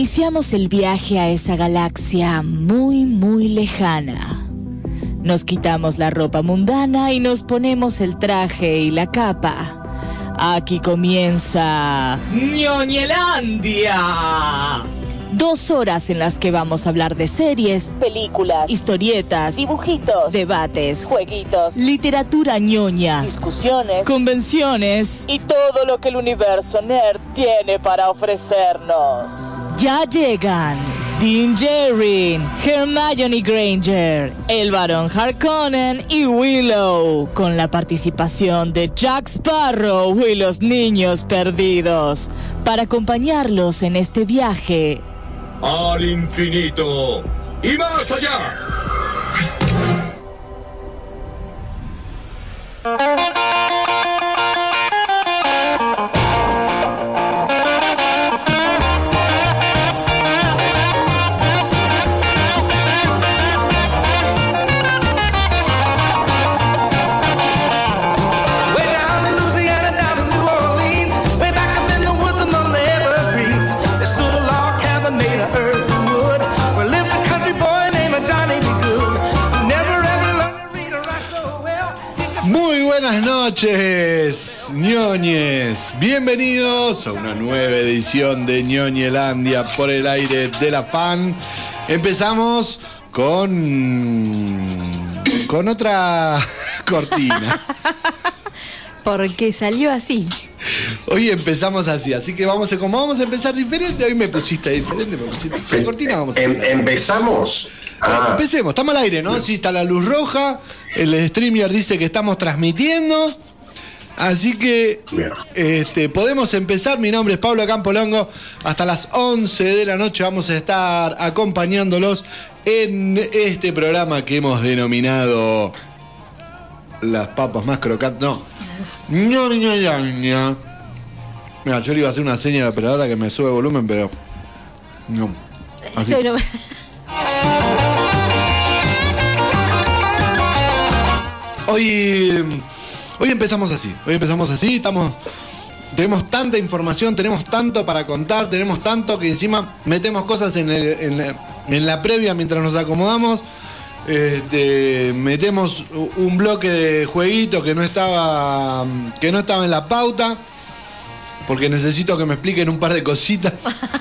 Iniciamos el viaje a esa galaxia muy, muy lejana. Nos quitamos la ropa mundana y nos ponemos el traje y la capa. Aquí comienza Ñoñelandia. 2 horas en las que vamos a hablar de series, películas, historietas, dibujitos, debates, jueguitos, literatura ñoña, discusiones, convenciones y todo lo que el universo nerd tiene para ofrecernos. Ya llegan Din Djarin, Hermione Granger, el Barón Harkonnen y Willow, con la participación de Jack Sparrow y los niños perdidos, para acompañarlos en este viaje al infinito y más allá. Buenas noches, ñoñes. Bienvenidos a una nueva edición de Ñoñelandia por el aire de la fan. Empezamos con otra cortina. Porque salió así. Hoy empezamos así que como vamos a empezar diferente. Hoy me pusiste diferente, la cortina vamos a empezar. ¿Empezamos? Empecemos, estamos al aire, ¿no? Sí, está la luz roja. El streamer dice que estamos transmitiendo. Así que podemos empezar. Mi nombre es Pablo Campolongo. Hasta las 11 de la noche vamos a estar acompañándolos en este programa que hemos denominado Las papas más crocantes. No. Mira, yo le iba a hacer una seña a la operadora que me sube volumen, pero no. Así. Hoy empezamos así. Tenemos tanta información, tenemos tanto para contar, tenemos tanto que encima metemos cosas en la previa mientras nos acomodamos. Metemos un bloque de jueguito que no estaba en la pauta, porque necesito que me expliquen un par de cositas.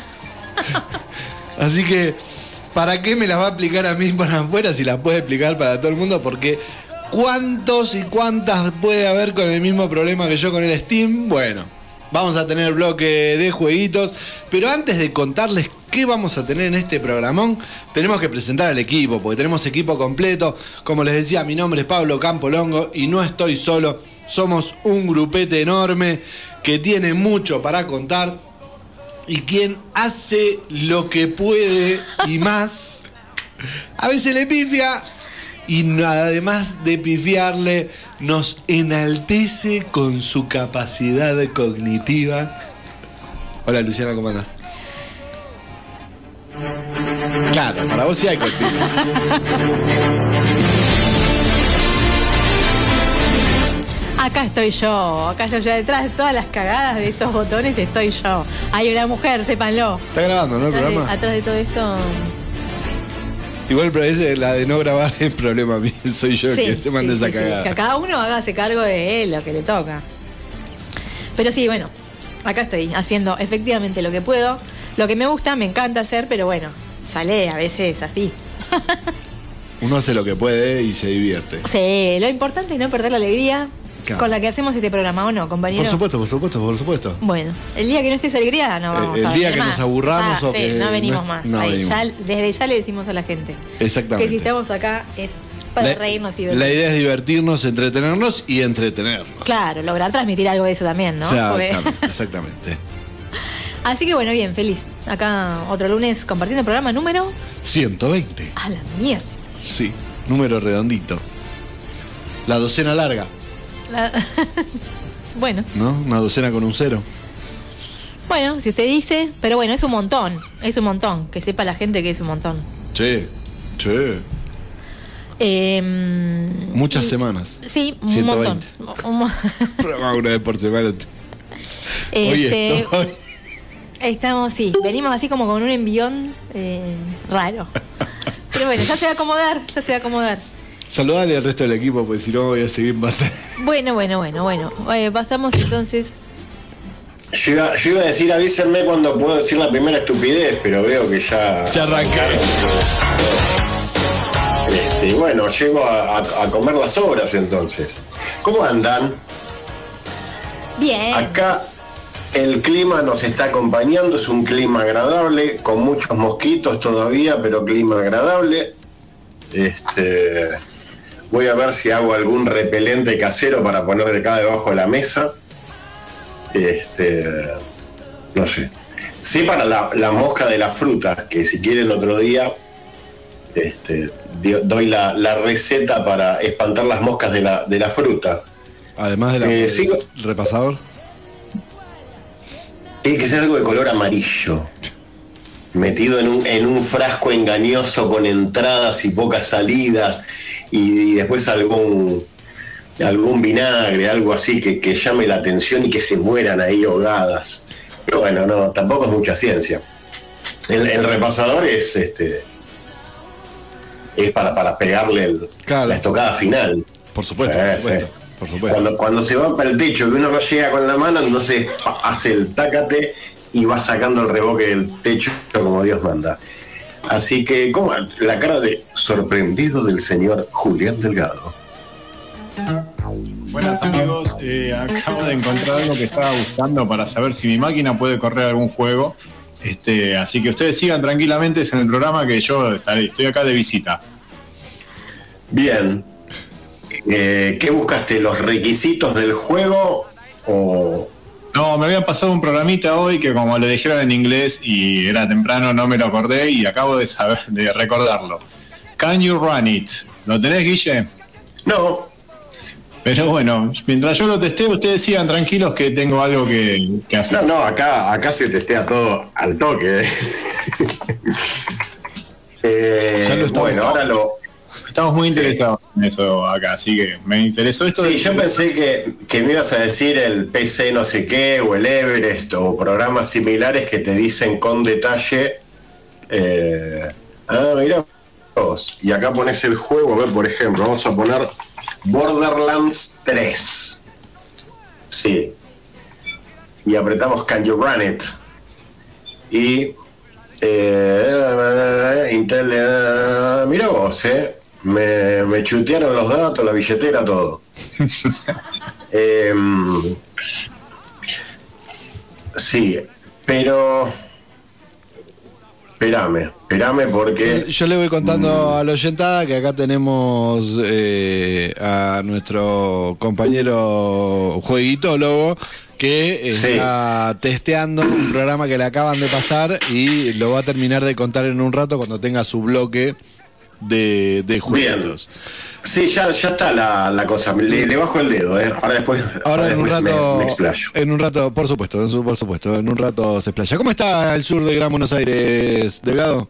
Así que, ¿para qué me las va a explicar a mí para afuera si las puede explicar para todo el mundo? Porque ¿cuántos y cuántas puede haber con el mismo problema que yo con el Steam? Bueno, vamos a tener bloque de jueguitos, pero antes de contarles qué vamos a tener en este programón, tenemos que presentar al equipo, porque tenemos equipo completo. Como les decía, mi nombre es Pablo Campolongo y no estoy solo. Somos un grupete enorme que tiene mucho para contar y quien hace lo que puede y más. A veces le pifia y además de pifiarle nos enaltece con su capacidad cognitiva. Hola Luciana, ¿cómo andás? Claro, para vos sí hay cortina. Acá estoy yo detrás de todas las cagadas de estos botones estoy yo. Hay una mujer, sépanlo. Está grabando, ¿no? El programa. Atrás de todo esto. Igual parece la de no grabar es problema mío, soy yo que se manda esa cagada. Que cada uno hágase cargo de él, lo que le toca. Pero sí, bueno, acá estoy haciendo efectivamente lo que puedo. Lo que me gusta, me encanta hacer, pero bueno, sale a veces así. Uno hace lo que puede y se divierte. Sí, lo importante es no perder la alegría. Claro. Con la que hacemos este programa, ¿o no, compañero? Por supuesto. Bueno, el día que no estés alegría no vamos a venir. El día que más. nos aburramos ya, o que no venimos más. No venimos. Desde ya le decimos a la gente. Exactamente. Que si estamos acá es para reírnos y divertirnos. La idea es divertirnos, entretenernos y entretenernos. Claro, lograr transmitir algo de eso también, ¿no? Exactamente. Así que bueno, bien, feliz. Acá otro lunes compartiendo el programa número 120. A la mierda. Sí, número redondito. La docena larga. Bueno. ¿No? Una docena con un 0. Bueno, si usted dice, pero bueno, es un montón. Que sepa la gente que es un montón. Sí. Muchas semanas. Sí, 120. Un montón. Programa una vez por semana. Hoy estoy Estamos, sí, venimos así como con un envión raro. Pero bueno, ya se va a acomodar, ya se va a acomodar. Saludale al resto del equipo, porque si no voy a seguir más. Bueno. Pasamos entonces. Yo iba a decir, avísenme cuando puedo decir la primera estupidez, pero veo que ya... Ya arranqué. Y bueno, llego a comer las obras entonces. ¿Cómo andan? Bien. Acá el clima nos está acompañando, es un clima agradable, con muchos mosquitos todavía, pero clima agradable. Voy a ver si hago algún repelente casero para poner de acá debajo de la mesa. No sé. Sí, para la mosca de las frutas, que si quieren otro día doy la receta para espantar las moscas de la fruta. Además del repasador. Tiene que ser algo de color amarillo, metido en un frasco engañoso con entradas y pocas salidas, y después algún vinagre, algo así que llame la atención y que se mueran ahí ahogadas. Pero bueno, no, tampoco es mucha ciencia. El repasador es para pegarle la estocada final. Por supuesto, por supuesto. Sí. Cuando se va para el techo que uno no llega con la mano, entonces hace el tácate y va sacando el reboque del techo como Dios manda. Así que, ¿cómo? La cara de sorprendido del señor Julián Delgado. Buenas amigos, acabo de encontrar algo que estaba buscando para saber si mi máquina puede correr algún juego. Así que ustedes sigan tranquilamente en el programa que yo estoy acá de visita. Bien. ¿Qué buscaste? ¿Los requisitos del juego o...? No, me habían pasado un programita hoy que como lo dijeron en inglés y era temprano no me lo acordé y acabo de recordarlo. Can you run it? ¿Lo tenés, Guille? No. Pero bueno, mientras yo lo testeo, ustedes sigan tranquilos que tengo algo que hacer. No, acá se testea todo al toque. Bueno, ahora Estamos muy interesados en eso acá, así que me interesó esto. Sí, yo pensé que me ibas a decir el PC no sé qué, o el Everest, o programas similares que te dicen con detalle. Mirá vos. Y acá pones el juego, a ver, por ejemplo, vamos a poner Borderlands 3. Sí. Y apretamos Can You Run It. Y Intel, mirá vos, me chutearon los datos, la billetera, todo. Sí, pero espérame porque... Yo le voy contando a la oyentada que acá tenemos a nuestro compañero jueguitólogo que está testeando un programa que le acaban de pasar y lo va a terminar de contar en un rato cuando tenga su bloque de juegos. Sí, ya está la cosa. Le bajo el dedo, Ahora en un rato me explayo. En un rato, por supuesto, en un rato se explaya. ¿Cómo está el sur de Gran Buenos Aires, Delgado?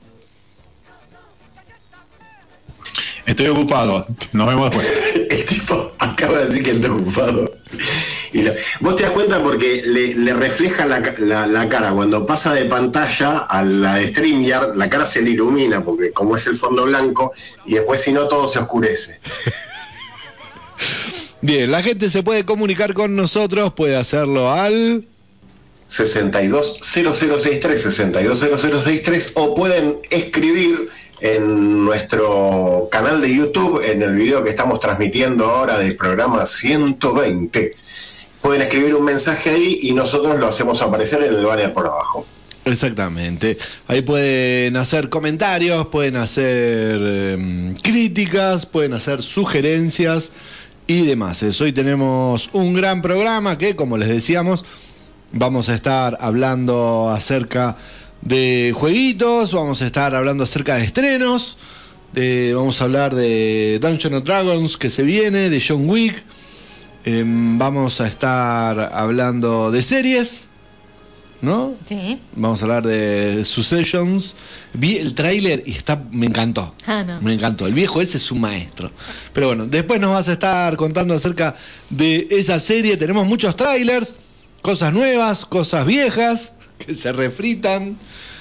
Estoy ocupado, nos vemos después. El tipo acaba de decir que está ocupado. Vos te das cuenta porque le refleja la cara. Cuando pasa de pantalla a la de StreamYard, la cara se le ilumina, porque como es el fondo blanco, y después si no todo se oscurece. Bien, la gente se puede comunicar con nosotros, puede hacerlo al 620063 o pueden escribir en nuestro canal de YouTube, en el video que estamos transmitiendo ahora del programa 120. Pueden escribir un mensaje ahí y nosotros lo hacemos aparecer en el banner por abajo. Exactamente. Ahí pueden hacer comentarios, pueden hacer críticas, pueden hacer sugerencias y demás. Hoy tenemos un gran programa que, como les decíamos, vamos a estar hablando acerca de jueguitos, vamos a estar hablando acerca de estrenos, vamos a hablar de Dungeons & Dragons que se viene, de John Wick, vamos a estar hablando de series, ¿no? Sí. Vamos a hablar de Successions. Vi el tráiler y me encantó. No. Me encantó. El viejo ese es un maestro. Pero bueno, después nos vas a estar contando acerca de esa serie. Tenemos muchos trailers, cosas nuevas, cosas viejas. que se refritan.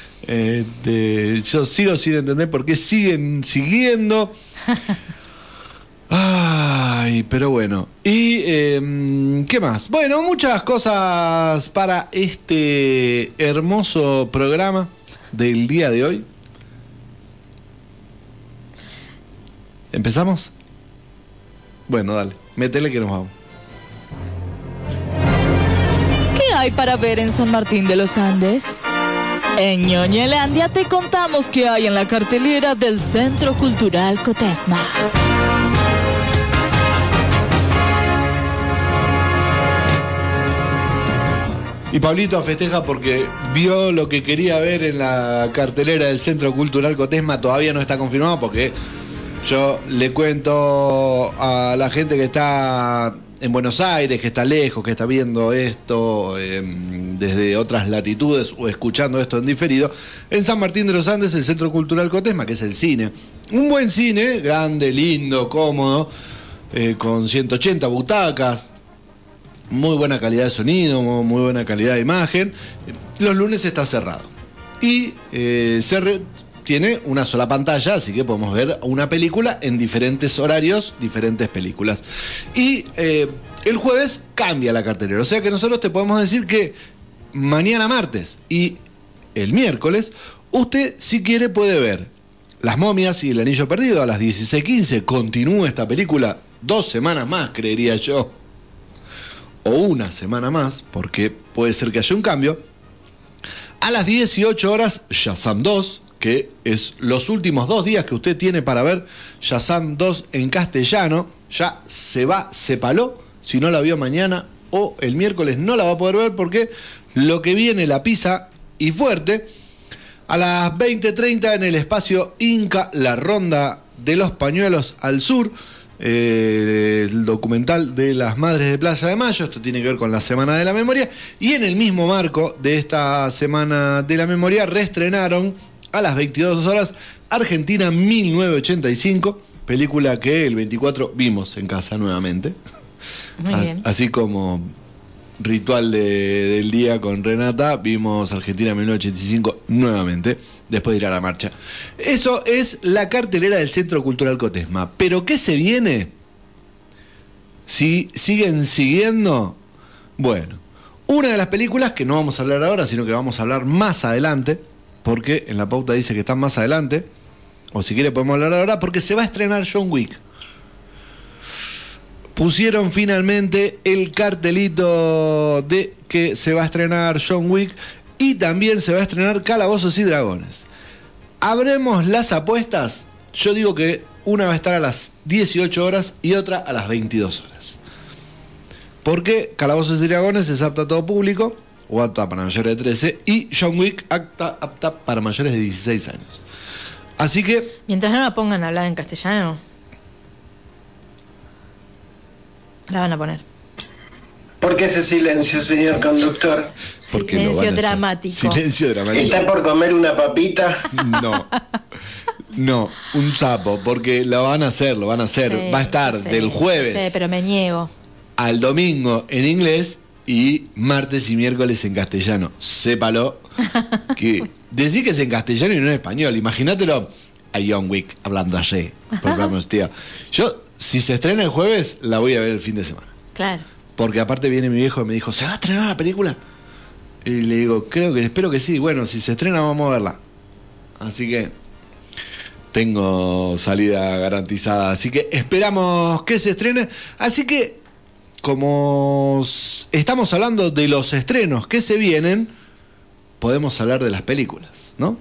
Yo sigo sin entender por qué siguen siguiendo. Ay, pero bueno. ¿Y qué más? Bueno, muchas cosas para este hermoso programa del día de hoy. ¿Empezamos? Bueno, dale, métele que nos vamos. ¿Qué hay para ver en San Martín de los Andes? En Ñoñelandia te contamos qué hay en la cartelera del Centro Cultural Cotesma. Y Pablito festeja porque vio lo que quería ver en la cartelera del Centro Cultural Cotesma. Todavía no está confirmado porque yo le cuento a la gente que está en Buenos Aires, que está lejos, que está viendo esto desde otras latitudes o escuchando esto en diferido. En San Martín de los Andes, el Centro Cultural Cotesma, que es el cine. Un buen cine, grande, lindo, cómodo, con 180 butacas. Muy buena calidad de sonido, muy buena calidad de imagen. Los lunes está cerrado. Y tiene una sola pantalla, así que podemos ver una película en diferentes horarios, diferentes películas. Y el jueves cambia la cartelera. O sea que nosotros te podemos decir que mañana martes y el miércoles, usted si quiere puede ver Las Momias y El Anillo Perdido a las 16:15. Continúa esta película 2 semanas más, creería yo. O una semana más, porque puede ser que haya un cambio. A las 18 horas, Shazam 2, que es los últimos 2 días que usted tiene para ver Shazam 2 en castellano. Ya se paló. Si no la vio mañana o el miércoles no la va a poder ver porque lo que viene la pisa y fuerte. A las 20:30 en el espacio Inca, la ronda de los pañuelos al sur. El documental de las Madres de Plaza de Mayo. Esto tiene que ver con la Semana de la Memoria. Y en el mismo marco de esta Semana de la Memoria reestrenaron a las 22 horas Argentina 1985, película que el 24 vimos en casa nuevamente. Muy bien. Así como ritual del día con Renata, vimos Argentina 1985 nuevamente, después de ir a la marcha. Eso es la cartelera del Centro Cultural Cotesma. ¿Pero qué se viene? Si siguen siguiendo, bueno, una de las películas que no vamos a hablar ahora, sino que vamos a hablar más adelante, porque en la pauta dice que están más adelante, o si quiere podemos hablar ahora, porque se va a estrenar John Wick. Pusieron finalmente el cartelito de que se va a estrenar John Wick y también se va a estrenar Calabozos y Dragones. ¿Abremos las apuestas? Yo digo que una va a estar a las 18 horas y otra a las 22 horas. Porque Calabozos y Dragones es apta a todo público, o apta para mayores de 13, y John Wick apta para mayores de 16 años. Así que... Mientras no la pongan a hablar en castellano, la van a poner. ¿Por qué ese silencio, señor conductor? Porque Silencio dramático. Silencio dramático. ¿Está por comer una papita? No, un sapo, porque lo van a hacer. Sí, va a estar sí, del jueves sí, pero me niego. al domingo en inglés y martes y miércoles en castellano. Sépalo. Que decir que es en castellano y no en español. Imagínatelo a John Wick hablando así. Tío. Yo, si se estrena el jueves, la voy a ver el fin de semana. Claro. Porque aparte viene mi viejo y me dijo, ¿se va a estrenar la película? Y le digo, espero que sí. Bueno, si se estrena vamos a verla. Así que tengo salida garantizada. Así que esperamos que se estrene. Así que, como estamos hablando de los estrenos que se vienen, podemos hablar de las películas, ¿no?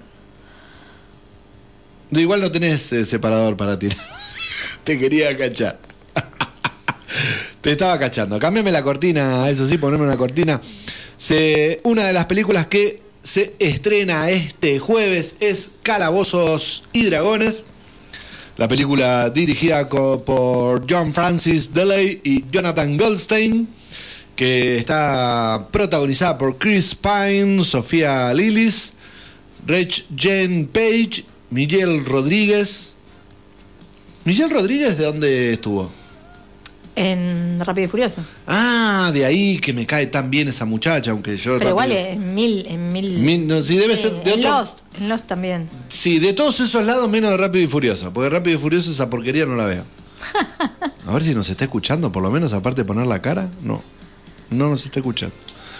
Igual no tenés separador para tirar. Te quería cachar. Te estaba cachando. Cámbiame la cortina, eso sí, poneme una cortina. Una de las películas que se estrena este jueves es Calabozos y Dragones. La película dirigida por John Francis Daley y Jonathan Goldstein, que está protagonizada por Chris Pine, Sofía Lillis, Reg Jane Page, Miguel Rodríguez. ¿Miguel Rodríguez de dónde estuvo? En Rápido y Furioso. Ah, de ahí que me cae tan bien esa muchacha, aunque yo... Pero igual rápido- en mil. No, sí, debe ser de en otro- En Lost también. Sí, de todos esos lados menos de Rápido y Furioso, porque Rápido y Furioso esa porquería no la veo. A ver si nos está escuchando, por lo menos, aparte de poner la cara. No nos está escuchando.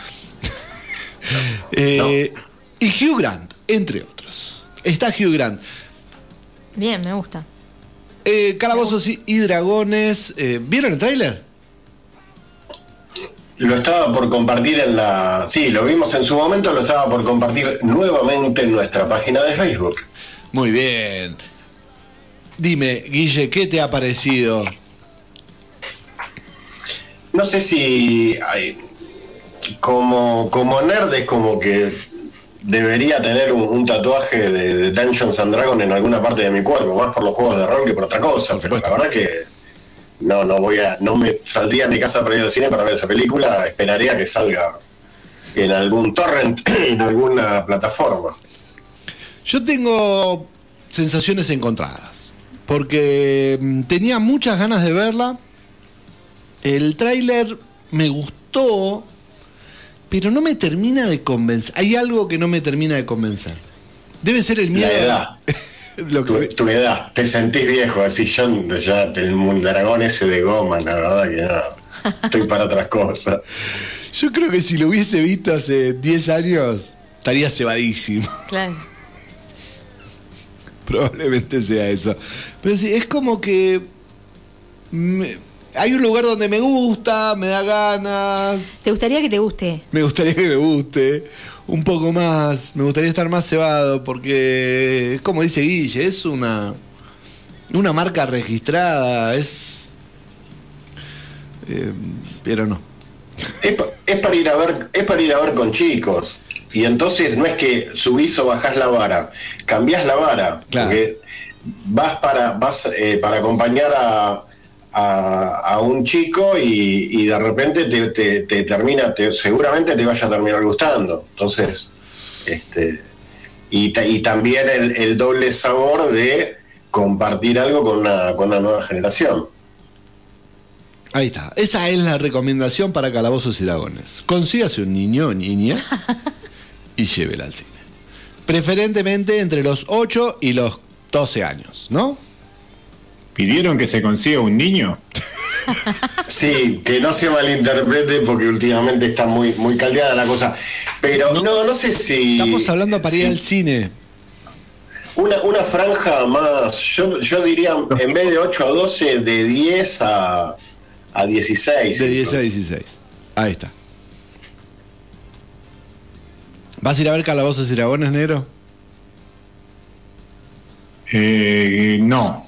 Y Hugh Grant, entre otros. Está Hugh Grant. Bien, me gusta. Calabozos y Dragones. ¿Vieron el tráiler? Lo estaba por compartir Sí, lo vimos en su momento, lo estaba por compartir nuevamente en nuestra página de Facebook. Muy bien. Dime, Guille, ¿qué te ha parecido? No sé si como nerd es como que debería tener un tatuaje de Dungeons and Dragons en alguna parte de mi cuerpo, más por los juegos de rol que por otra cosa, pero la verdad que no me saldría a mi casa para ir al cine para ver esa película, esperaría que salga en algún torrent, en alguna plataforma. Yo tengo sensaciones encontradas, porque tenía muchas ganas de verla. El tráiler me gustó, pero no me termina de convencer. Hay algo que no me termina de convencer. Debe ser el miedo. La edad. Tu edad, te sentís viejo, así yo ya el dragón ese de goma, la verdad que no, estoy para otras cosas. Yo creo que si lo hubiese visto hace 10 años, estaría cebadísimo. Claro. Probablemente sea eso. Pero sí, es como que hay un lugar donde me gusta, me da ganas. ¿Te gustaría que te guste? Me gustaría que me guste un poco más, me gustaría estar más cebado, porque es como dice Guille, es una marca registrada, pero no. Es para ir a ver con chicos. Y entonces no es que subís o bajás la vara, cambiás la vara, claro. Porque vas para acompañar a un chico y de repente te termina, seguramente te vaya a terminar gustando. Entonces, y también el doble sabor de compartir algo con una nueva generación. Ahí está, esa es la recomendación para Calabozos y Dragones. Consígase un niño o niña y llévela al cine. Preferentemente entre los 8 y los 12 años, ¿no? ¿Pidieron que se consiga un niño? Sí, que no se malinterprete porque últimamente está muy, muy caldeada la cosa. Pero no sé si... Estamos hablando para ir al cine. Una franja más, yo diría, en vez de 8 a 12, de 10 a 16. De 10 a 16. Ahí está. ¿Vas a ir a ver Calabozos y Dragones, negro? No.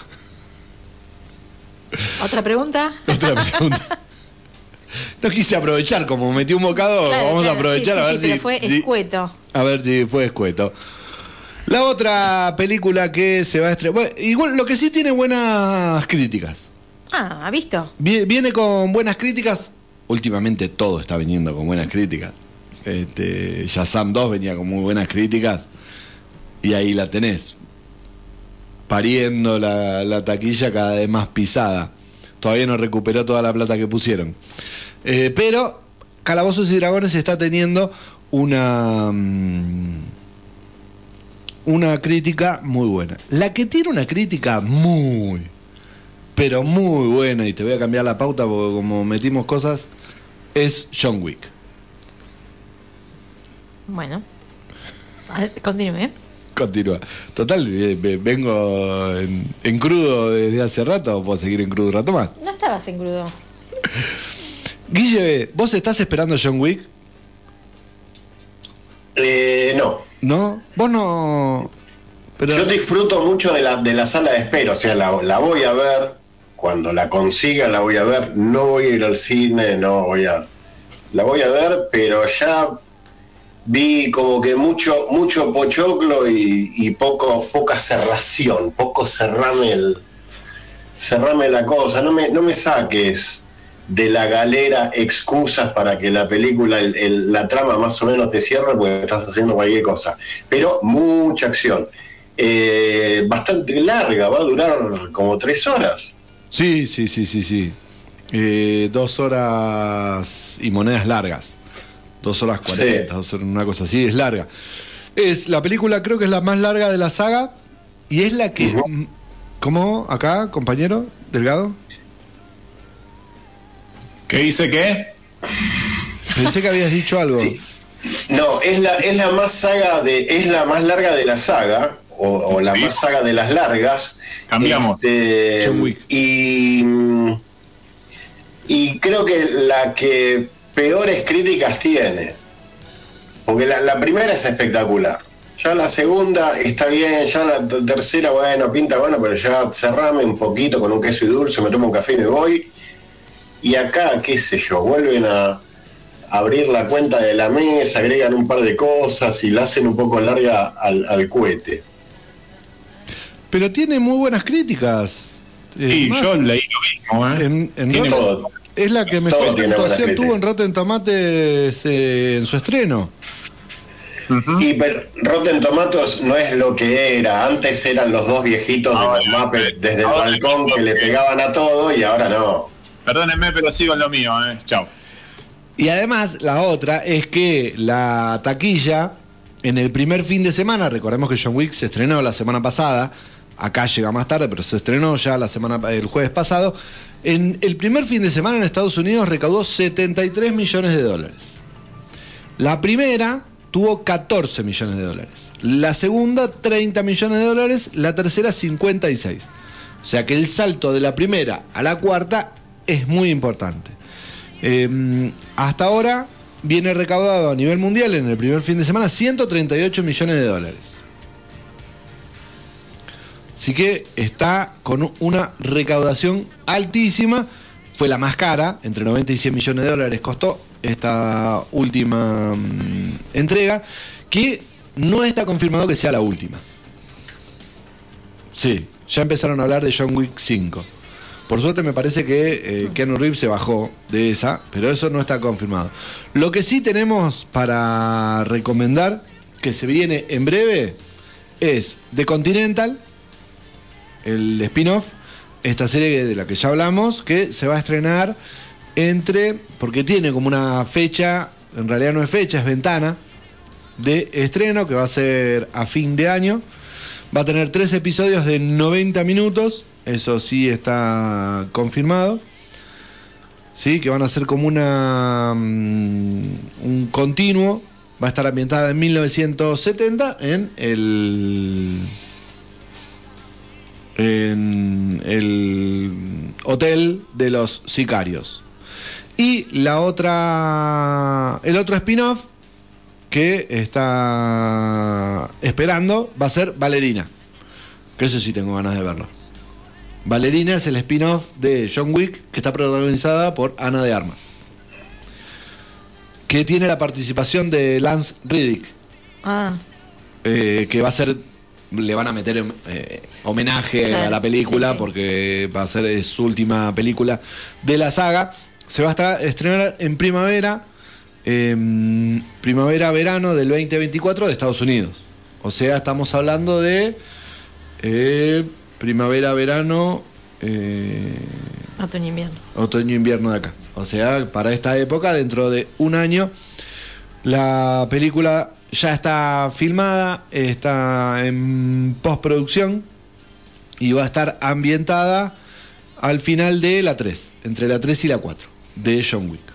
¿Otra pregunta? Otra pregunta. No quise aprovechar, como metí un bocado, Claro, vamos claro, a aprovechar sí, a ver pero si... fue si- escueto. A ver si fue escueto. La otra película que se va a estrenar... Bueno, igual lo que sí tiene buenas críticas. Ah, ¿ha visto? Viene con buenas críticas. Últimamente todo está viniendo con buenas críticas. Shazam 2 venía con muy buenas críticas. Y ahí la tenés. Pariendo la taquilla cada vez más pisada. Todavía no recuperó toda la plata que pusieron. Pero Calabozos y Dragones está teniendo una crítica muy buena. La que tiene una crítica pero muy buena, y te voy a cambiar la pauta porque como metimos cosas, es John Wick. Bueno. Continúe. Continúa. Total, vengo en crudo desde hace rato, puedo seguir en crudo un rato más. No estabas en crudo. Guille, ¿vos estás esperando John Wick? No. ¿No? ¿Vos no? Pero... Yo disfruto mucho de la sala de espera, o sea, la voy a ver, cuando la consiga la voy a ver, no voy a ir al cine, la voy a ver, pero ya vi como que mucho pochoclo y poca cerración, poco cerrame la cosa, no me saques de la galera excusas para que la película, la trama más o menos te cierre porque estás haciendo cualquier cosa, pero mucha acción. Bastante larga, va a durar como 3 horas. Sí. 2 horas y monedas largas. 2 horas 40, Sí. 2 horas, una cosa así, es larga. Es la película, creo que es la más larga de la saga y es la que... ¿Cómo? Acá, compañero Delgado. ¿Qué dice qué? Pensé que habías dicho algo. Sí. No, es la más larga de la saga, o la Sí. más saga de las largas. Cambiamos. John Wick. Y creo que la que peores críticas tiene. Porque la primera es espectacular. Ya la segunda está bien, ya la tercera, bueno, pinta bueno, pero ya cerrame un poquito con un queso y dulce, me tomo un café y me voy. Y acá, qué sé yo, vuelven a abrir la cuenta de la mesa, agregan un par de cosas y la hacen un poco larga al cohete. Pero tiene muy buenas críticas. Sí, Más, yo leí lo mismo, ¿eh? en Tiene- todo. es la que Todo mejor tiene buenas actuación críticas. tuvo en Rotten Tomatoes en su estreno. Y pero Rotten Tomatoes no es lo que era. Antes eran los dos viejitos de los Muppets desde el Ahora balcón es que le pegaban a todo y ahora no. Perdónenme, pero sigo en lo mío, ¿eh? Chao. Y además, la otra es que la taquilla, en el primer fin de semana, recordemos que John Wick se estrenó la semana pasada, acá llega más tarde, pero se estrenó ya el jueves pasado, en el primer fin de semana en Estados Unidos recaudó 73 millones de dólares. La primera tuvo 14 millones de dólares. La segunda, 30 millones de dólares. La tercera, 56. O sea que el salto de la primera a la cuarta es muy importante. Hasta ahora viene recaudado a nivel mundial en el primer fin de semana 138 millones de dólares. Así que está con una recaudación altísima. Fue la más cara, entre 90 y 100 millones de dólares costó esta última entrega, que no está confirmado que sea la última. Sí, ya empezaron a hablar de John Wick 5. Por suerte me parece que Keanu Reeves se bajó de esa, pero eso no está confirmado. Lo que sí tenemos para recomendar, que se viene en breve, es The Continental, el spin-off, esta serie de la que ya hablamos, que se va a estrenar porque tiene como una fecha, en realidad no es fecha, es ventana de estreno, que va a ser a fin de año. Va a tener 3 episodios de 90 minutos, eso sí está confirmado. Sí, que van a ser como un continuo. Va a estar ambientada en 1970 en el hotel de los sicarios. Y el otro spin-off que está esperando va a ser Ballerina, que eso sí tengo ganas de verlo. Ballerina es el spin-off de John Wick, que está protagonizada por Ana de Armas, que tiene la participación de Lance Reddick, que va a ser, le van a meter homenaje Claro, a la película, sí, sí. porque va a ser su última película de la saga. Se va a estrenar en primavera-verano del 2024 de Estados Unidos. O sea, estamos hablando de primavera-verano, Otoño-invierno. otoño-invierno de acá. O sea, para esta época, dentro de un año, la película ya está filmada, está en postproducción y va a estar ambientada al final de la 3, entre la 3 y la 4, de John Wick.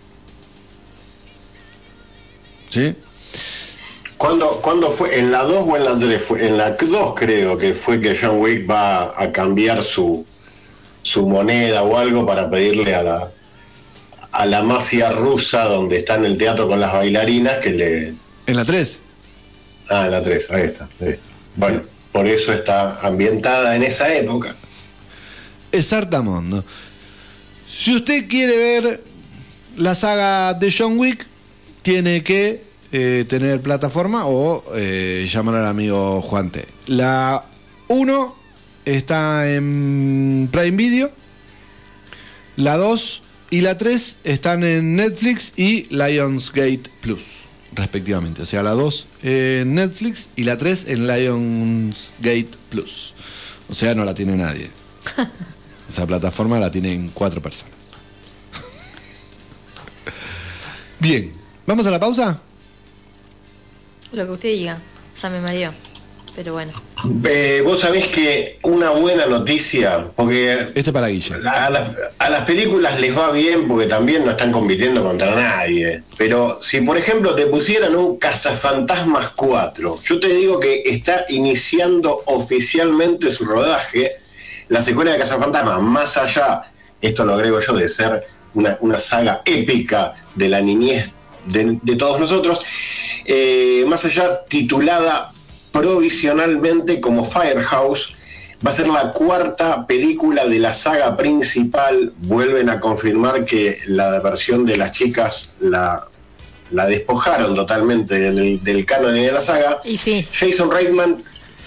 ¿Sí? ¿Cuándo fue? ¿En la 2 o en la 3? En la 2 creo que fue que John Wick va a cambiar su moneda o algo para pedirle a la mafia rusa, donde está en el teatro con las bailarinas, que le... En la 3. Ah, en la 3, ahí está. Bueno, por eso está ambientada en esa época. Exactamente. Si usted quiere ver la saga de John Wick, tiene que tener plataforma o llamar al amigo Juan T. La 1 está en Prime Video, la 2 y la 3 están en Netflix y Lionsgate Plus, respectivamente. O sea, la 2 en Netflix y la 3 en Lionsgate Plus. O sea, no la tiene nadie. Esa plataforma la tienen 4 personas. Bien, ¿vamos a la pausa? Lo que usted diga. Ya me mareó. Pero bueno. Vos sabés que una buena noticia, porque Esto es para Guille. a las películas les va bien porque también no están compitiendo contra nadie. Pero si por ejemplo te pusieran un Cazafantasmas 4, yo te digo que está iniciando oficialmente su rodaje, la secuela de Cazafantasmas, más allá, esto lo agrego yo, de ser una saga épica de la niñez de todos nosotros, más allá titulada provisionalmente como Firehouse, va a ser la cuarta película de la saga principal. Vuelven a confirmar que la versión de las chicas la despojaron totalmente del canon de la saga. Y sí. Jason Reitman,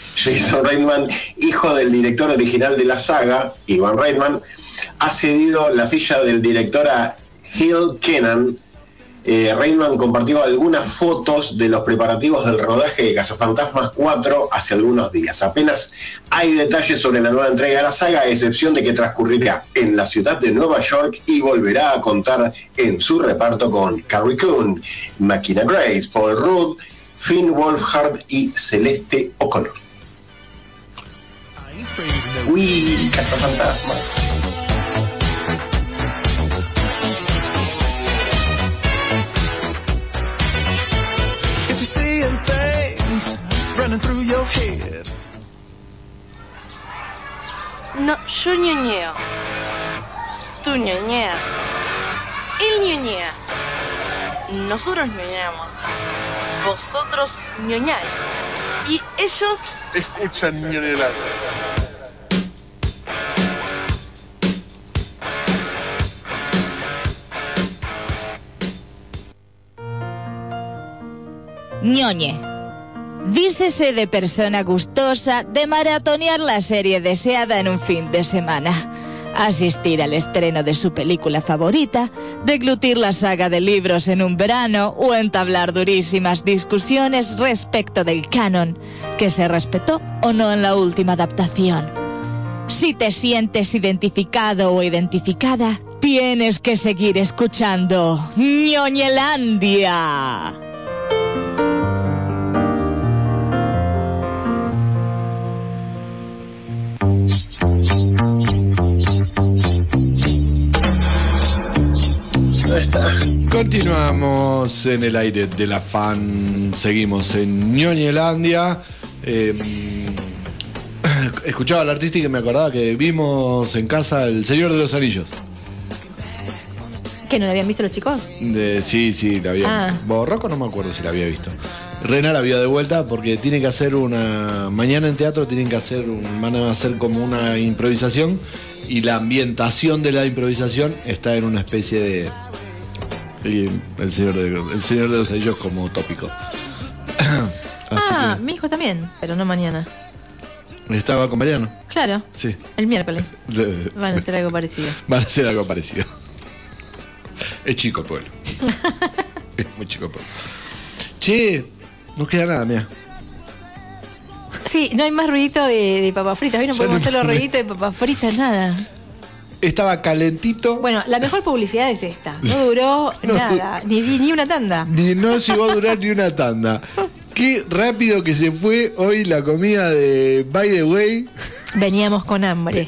hijo del director original de la saga, Ivan Reitman, ha cedido la silla del director a Hill Kennan. Reitman compartió algunas fotos de los preparativos del rodaje de Cazafantasmas 4 hace algunos días. Apenas hay detalles sobre la nueva entrega de la saga, a excepción de que transcurrirá en la ciudad de Nueva York y volverá a contar en su reparto con Carrie Coon, Makina Grace, Paul Rudd, Finn Wolfhard y Celeste O'Connor. Uy, Cazafantasmas. No, yo ñoñeo. Tú ñoñeas. Él ñoñea. Nosotros ñoñamos. Vosotros ñoñáis. Y ellos escuchan ñoñelar. Ñoñe. Dícese de persona gustosa de maratonear la serie deseada en un fin de semana, asistir al estreno de su película favorita, deglutir la saga de libros en un verano o entablar durísimas discusiones respecto del canon, que se respetó o no en la última adaptación. Si te sientes identificado o identificada, tienes que seguir escuchando Ñoñelandia. Continuamos en el aire de la fan, seguimos en Ñoñelandia. Escuchaba al artista y que me acordaba que vimos en casa El Señor de los Anillos. ¿Que no la habían visto los chicos? Sí, la había. Rocco no me acuerdo si la había visto. Rena la vio de vuelta porque tiene que hacer mañana en teatro van a hacer como una improvisación y la ambientación de la improvisación está en una especie de el señor de los Anillos como tópico. Mi hijo también, pero no mañana. ¿Estaba con Mariano? Claro. Sí. El miércoles. Van a hacer algo parecido. Es chico pueblo. Es muy chico pueblo. Che, no queda nada, mira. Sí, no hay más ruidito de papas fritas. Hoy no podemos hacer los ruiditos de papas fritas, nada. Estaba calentito. Bueno, la mejor publicidad es esta. No duró nada, ni una tanda. No llegó a durar ni una tanda. Qué rápido que se fue hoy la comida de By the Way. Veníamos con hambre.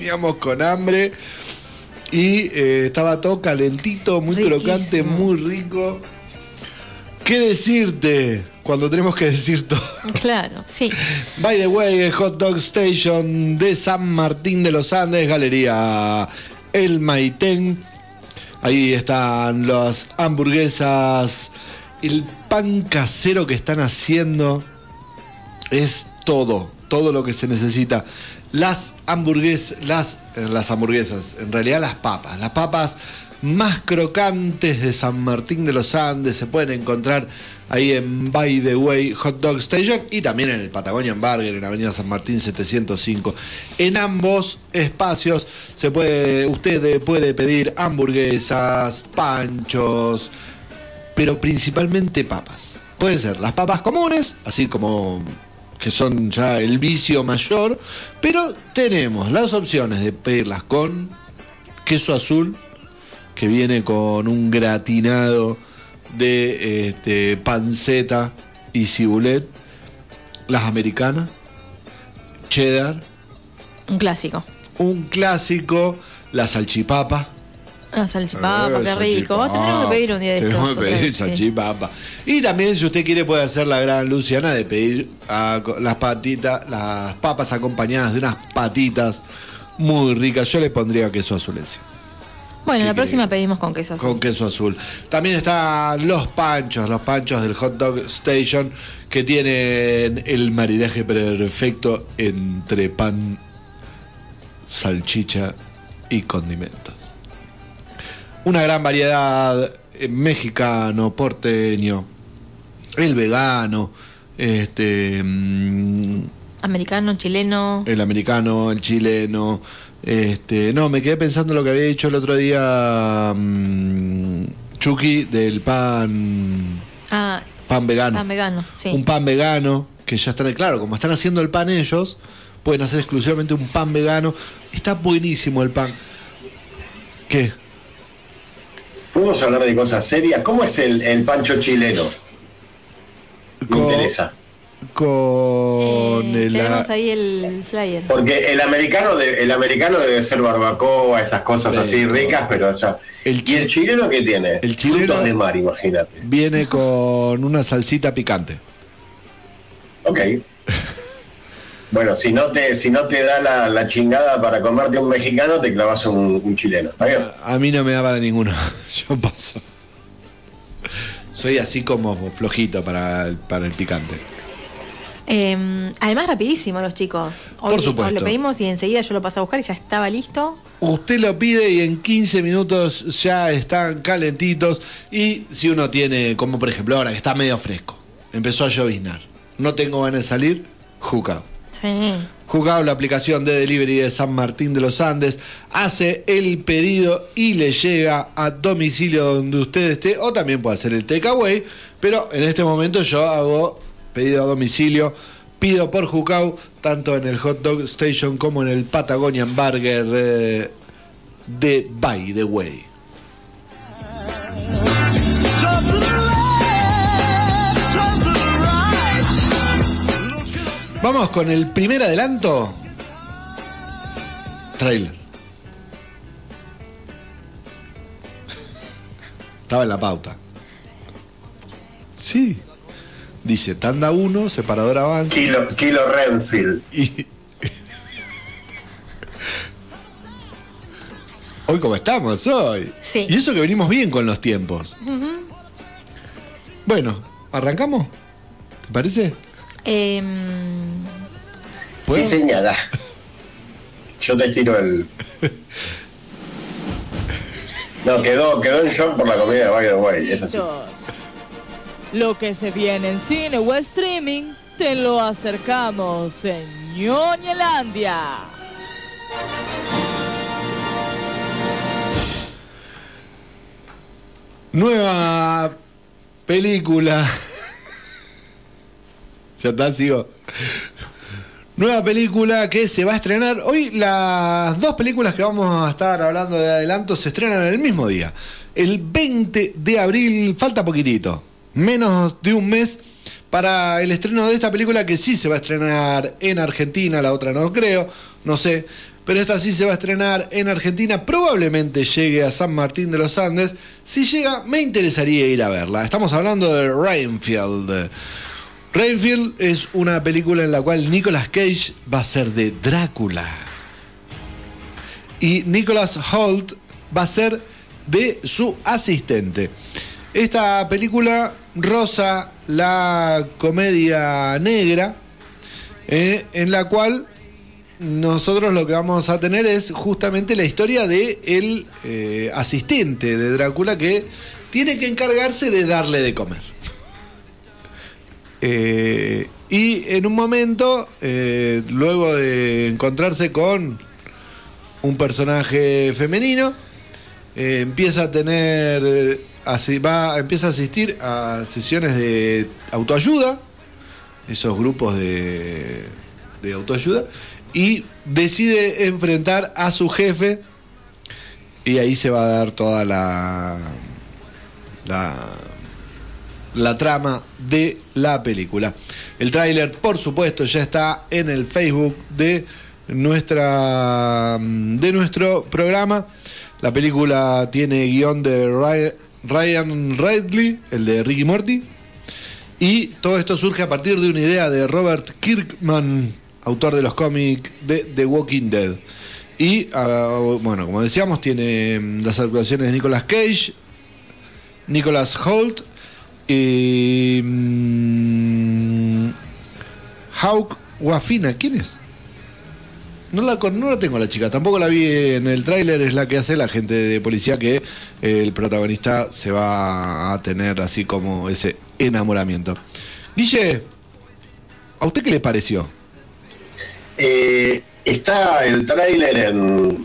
Y estaba todo calentito, muy riquísimo, crocante, muy rico. ¿Qué decirte cuando tenemos que decir todo? Claro, sí. By the Way, el Hot Dog Station de San Martín de los Andes, Galería El Maitén. Ahí están las hamburguesas, el pan casero que están haciendo. Es todo lo que se necesita. Las hamburguesas, en realidad las papas más crocantes de San Martín de los Andes se pueden encontrar ahí en By the Way Hot Dog Station y también en el Patagonian Burger en Avenida San Martín 705. En ambos espacios usted puede pedir hamburguesas, panchos, pero principalmente papas. Pueden ser las papas comunes, así como que son ya el vicio mayor, pero tenemos las opciones de pedirlas con queso azul, que viene con un gratinado de panceta y cibulet, las americanas, cheddar, Un clásico. un clásico, la salchipapa. La salchipapa, qué rico. Vos tendremos que pedir un día de estos. Tenemos que otra pedir vez, sí. salchipapa. Y también, si usted quiere, puede hacer la gran Luciana de pedir las papas acompañadas de unas patitas muy ricas. Yo le pondría queso azulense. Bueno, la ¿Qué próxima quiere? pedimos con queso azul. Con queso azul. También están los panchos del Hot Dog Station, que tienen el maridaje perfecto entre pan, salchicha y condimentos. Una gran variedad mexicano, porteño, el vegano, Americano, chileno. el americano, el chileno. No, me quedé pensando lo que había dicho el otro día Chucky del pan vegano. Pan vegano, sí. Un pan vegano, que ya están, claro, como están haciendo el pan ellos, pueden hacer exclusivamente un pan vegano. Está buenísimo el pan. ¿Qué? ¿Podemos hablar de cosas serias? ¿Cómo es el pancho chileno? Me interesa. Con Tenemos ahí el flyer. Porque el americano debe ser barbacoa, esas cosas así ricas, pero ya. ¿Y el chileno qué tiene? El chileno Frutos de mar, imagínate. viene con una salsita picante. Ok. Bueno, si no te da la chingada para comerte un mexicano, te clavas un chileno. ¿Está bien? A mí no me da para ninguno. Yo paso. Soy así como flojito para el picante. Además, rapidísimo los chicos. Por supuesto. Lo pedimos y enseguida yo lo pasé a buscar y ya estaba listo. Usted lo pide y en 15 minutos ya están calentitos. Y si uno tiene, como por ejemplo ahora que está medio fresco, empezó a lloviznar, no tengo ganas de salir, Jucao. Sí. Jucao, la aplicación de delivery de San Martín de los Andes, hace el pedido y le llega a domicilio donde usted esté, o también puede hacer el takeaway, pero en este momento yo hago pedido a domicilio, pido por Jucao, tanto en el Hot Dog Station como en el Patagonian Burger de By the Way. Vamos con el primer adelanto. Trailer. Estaba en la pauta. Sí. Dice tanda 1, separador avance. Kilo Renfield. Y... Hoy como estamos, hoy. Sí. Y eso que venimos bien con los tiempos. Bueno, ¿arrancamos? ¿Te parece? Sí, señala. Yo te tiro el... No, quedó en shock por la comida de By the Way, es así. Lo que se viene en cine o streaming, te lo acercamos en Ñoñelandia. Nueva película. Ya está, sigo. Nueva película que se va a estrenar. Hoy las dos películas que vamos a estar hablando de adelanto se estrenan el mismo día. El 20 de abril, falta poquitito. Menos de un mes para el estreno de esta película que sí se va a estrenar en Argentina. La otra no creo, no sé. Pero esta sí se va a estrenar en Argentina. Probablemente llegue a San Martín de los Andes. Si llega, me interesaría ir a verla. Estamos hablando de Renfield. Renfield es una película en la cual Nicolas Cage va a ser de Drácula. Y Nicholas Hoult va a ser de su asistente. Esta película roza la comedia negra, en la cual nosotros lo que vamos a tener es justamente la historia de el asistente de Drácula que tiene que encargarse de darle de comer. Y en un momento, luego de encontrarse con un personaje femenino, empieza a tener, empieza a asistir a sesiones de autoayuda, esos grupos de autoayuda, y decide enfrentar a su jefe, y ahí se va a dar toda la trama de la película. El tráiler, por supuesto, ya está en el Facebook de nuestro programa. La película tiene guión de Ryan Ridley, el de Ricky Morty, y todo esto surge a partir de una idea de Robert Kirkman, autor de los cómics de The Walking Dead. Y bueno, como decíamos, tiene las actuaciones de Nicolas Cage, Nicholas Hoult y Hawk Wafina. ¿Quién es? No la tengo la chica, tampoco la vi en el tráiler. Es la que hace la gente de policía que el protagonista se va a tener así como ese enamoramiento. Guille, ¿a usted qué le pareció? Está el tráiler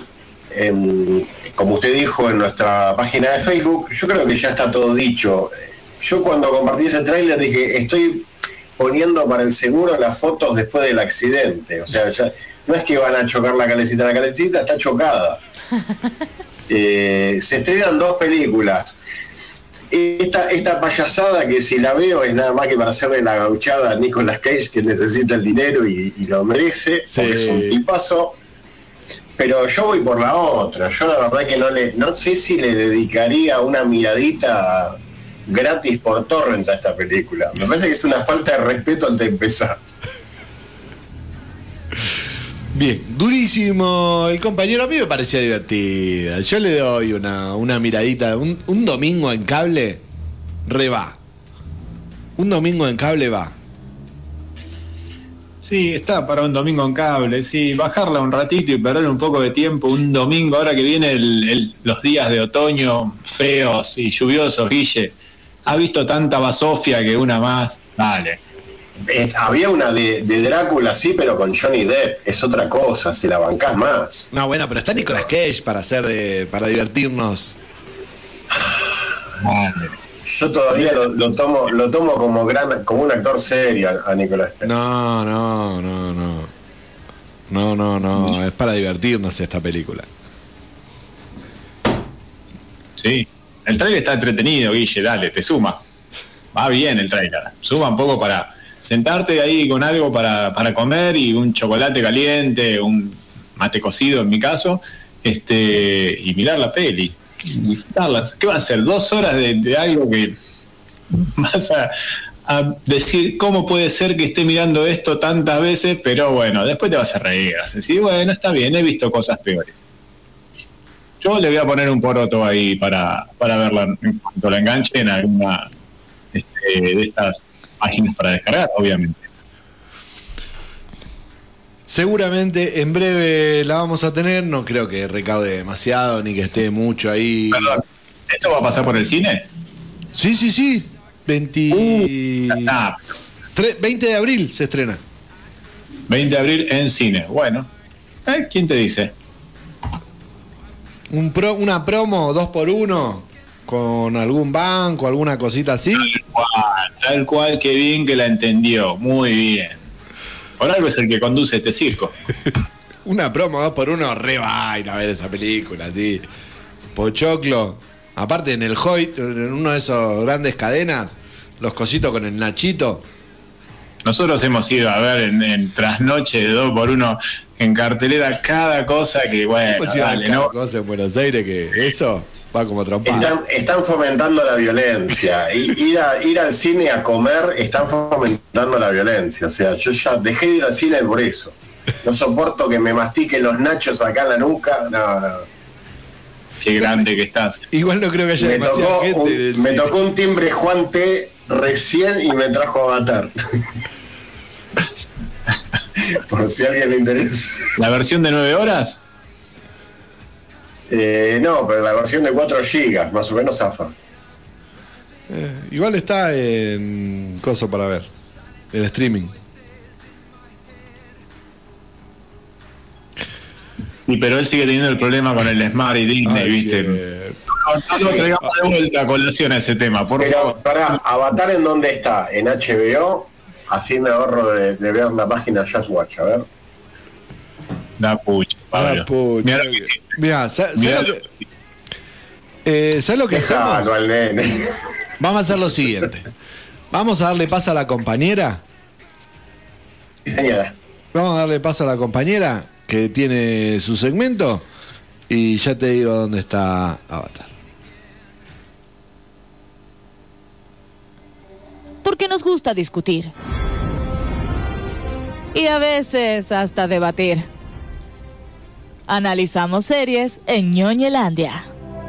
como usted dijo, en nuestra página de Facebook. Yo creo que ya está todo dicho. Yo cuando compartí ese tráiler dije, estoy poniendo para el seguro las fotos después del accidente. O sea, ya no es que van a chocar la calecita está chocada. Se estrenan 2 películas. Esta payasada que si la veo es nada más que para hacerle la gauchada a Nicolas Cage, que necesita el dinero y lo merece, porque es un tipazo. Pero yo voy por la otra. Yo la verdad que no sé si le dedicaría una miradita gratis por torrent a esta película. Me parece que es una falta de respeto antes de empezar. Bien, durísimo el compañero. A mí me parecía divertida. Yo le doy una miradita. Un domingo en cable, va. Un domingo en cable va. Sí, está para un domingo en cable. Sí, bajarla un ratito y perder un poco de tiempo. Un domingo, ahora que vienen los días de otoño feos y lluviosos, Guille. Ha visto tanta basofia que una más. Dale. Había una de Drácula, sí, pero con Johnny Depp. Es otra cosa, si la bancás más. No, bueno, pero está Nicolas Cage para divertirnos. Yo todavía lo tomo como un actor serio a Nicolas Cage. No, es para divertirnos esta película. Sí, el trailer está entretenido, Guille, dale, te suma. Va bien el trailer. Suma un poco para sentarte ahí con algo para comer y un chocolate caliente, un mate cocido en mi caso, y mirar la peli. Disfrutarlas. ¿Qué va a ser? 2 horas de algo que vas a decir cómo puede ser que esté mirando esto tantas veces, pero bueno, después te vas a reír, vas a decir, bueno, está bien, he visto cosas peores. Yo le voy a poner un poroto ahí para verla en cuanto la enganche en alguna de estas páginas para descargar, obviamente. Seguramente en breve la vamos a tener. No creo que recaude demasiado ni que esté mucho ahí. Perdón, ¿esto va a pasar por el cine? Sí. 20 de abril se estrena. 20 de abril en cine. Bueno, ¿quién te dice? Una promo 2x1 con algún banco, alguna cosita así. Tal cual, qué bien que la entendió. Muy bien. Por algo es el que conduce este circo. Una promo 2x1, re vaina a ver esa película, así. Pochoclo. Aparte en el Hoyt, en uno de esos grandes cadenas, los cositos con el Nachito. Nosotros hemos ido a ver en trasnoche de 2x1 en cartelera cada cosa que, bueno, dale, ¿no? Cosa en Buenos Aires que eso va como trompada. Están fomentando la violencia. Ir al cine a comer están fomentando la violencia. O sea, yo ya dejé de ir al cine por eso. No soporto que me mastiquen los nachos acá en la nuca. No. Qué grande que estás. Igual no creo que haya demasiada gente. Me tocó un timbre Juan T recién y me trajo Avatar. Por si a alguien le interesa. ¿La versión de 9 horas? No, pero la versión de 4 gigas, más o menos zafa. Igual está en coso para ver, en streaming. Sí, pero él sigue teniendo el problema con el Smart y Disney, ¿viste? No traigamos de vuelta a colación a ese tema, por favor. Pará, ¿Avatar en dónde está? ¿En HBO? Así me ahorro de ver la página Just Watch, a ver. Da pucha, Pablo. Mirá lo que hiciste. Mirá, ¿sabes lo que hacemos? Al nene. Vamos a hacer lo siguiente. Vamos a darle paso a la compañera. Señora. Vamos a darle paso a la compañera que tiene su segmento y ya te digo dónde está Avatar. Porque nos gusta discutir. Y a veces hasta debatir. Analizamos series en Ñoñelandia.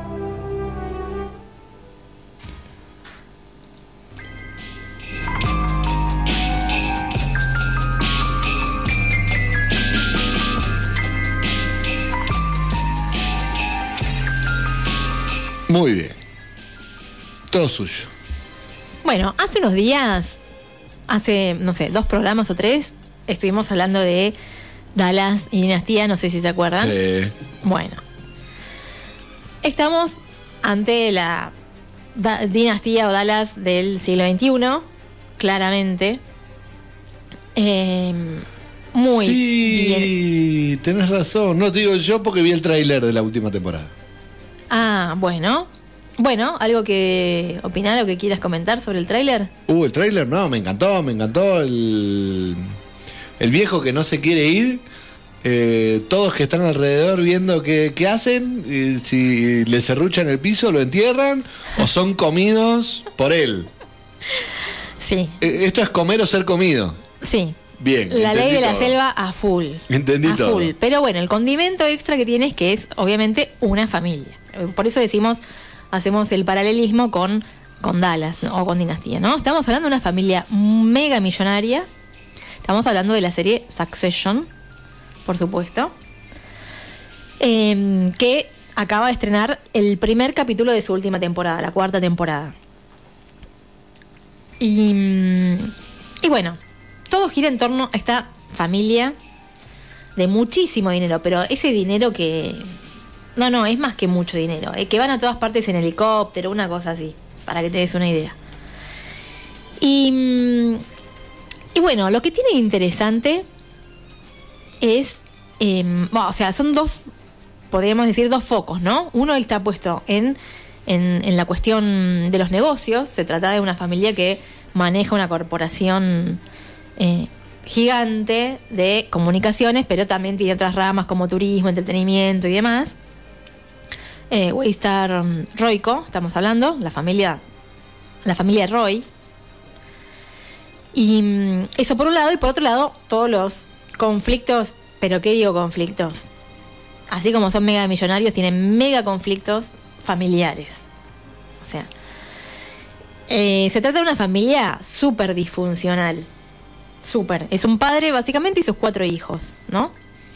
Muy bien. Todo suyo. Bueno, hace unos días, no sé, 2 programas o 3, estuvimos hablando de Dallas y Dinastía, no sé si se acuerdan. Sí. Bueno, estamos ante la Dinastía o Dallas del siglo XXI, claramente. Muy bien. Sí, tenés razón. No te digo yo porque vi el tráiler de la última temporada. Ah, bueno. Bueno, ¿algo que opinar o que quieras comentar sobre el tráiler? El tráiler, no, me encantó el viejo que no se quiere ir, todos que están alrededor viendo qué hacen, si le serruchan el piso, lo entierran o son comidos por él. Sí. Esto es comer o ser comido. Sí. Bien. La ley de la todo. selva a full. Entendí a todo. full. Pero bueno, el condimento extra que tiene es que es obviamente una familia. Por eso hacemos el paralelismo con Dallas, ¿no? O con Dinastía, ¿no? Estamos hablando de una familia mega millonaria. Estamos hablando de la serie Succession, por supuesto, que acaba de estrenar el primer capítulo de su última temporada, la 4ª temporada. Y bueno, todo gira en torno a esta familia de muchísimo dinero, pero ese dinero que... No, es más que mucho dinero, que van a todas partes en helicóptero, una cosa así, para que te des una idea. Y bueno, lo que tiene interesante es, o sea, son podríamos decir 2 focos, ¿no? Uno está puesto en la cuestión de los negocios. Se trata de una familia que maneja una corporación gigante de comunicaciones, pero también tiene otras ramas como turismo, entretenimiento y demás. Waystar Royco, estamos hablando, la familia Roy. Y eso por un lado, y por otro lado, todos los conflictos, pero ¿qué digo conflictos? Así como son mega millonarios, tienen mega conflictos familiares. O sea, se trata de una familia súper disfuncional. Súper. Es un padre básicamente y sus 4 hijos, ¿no?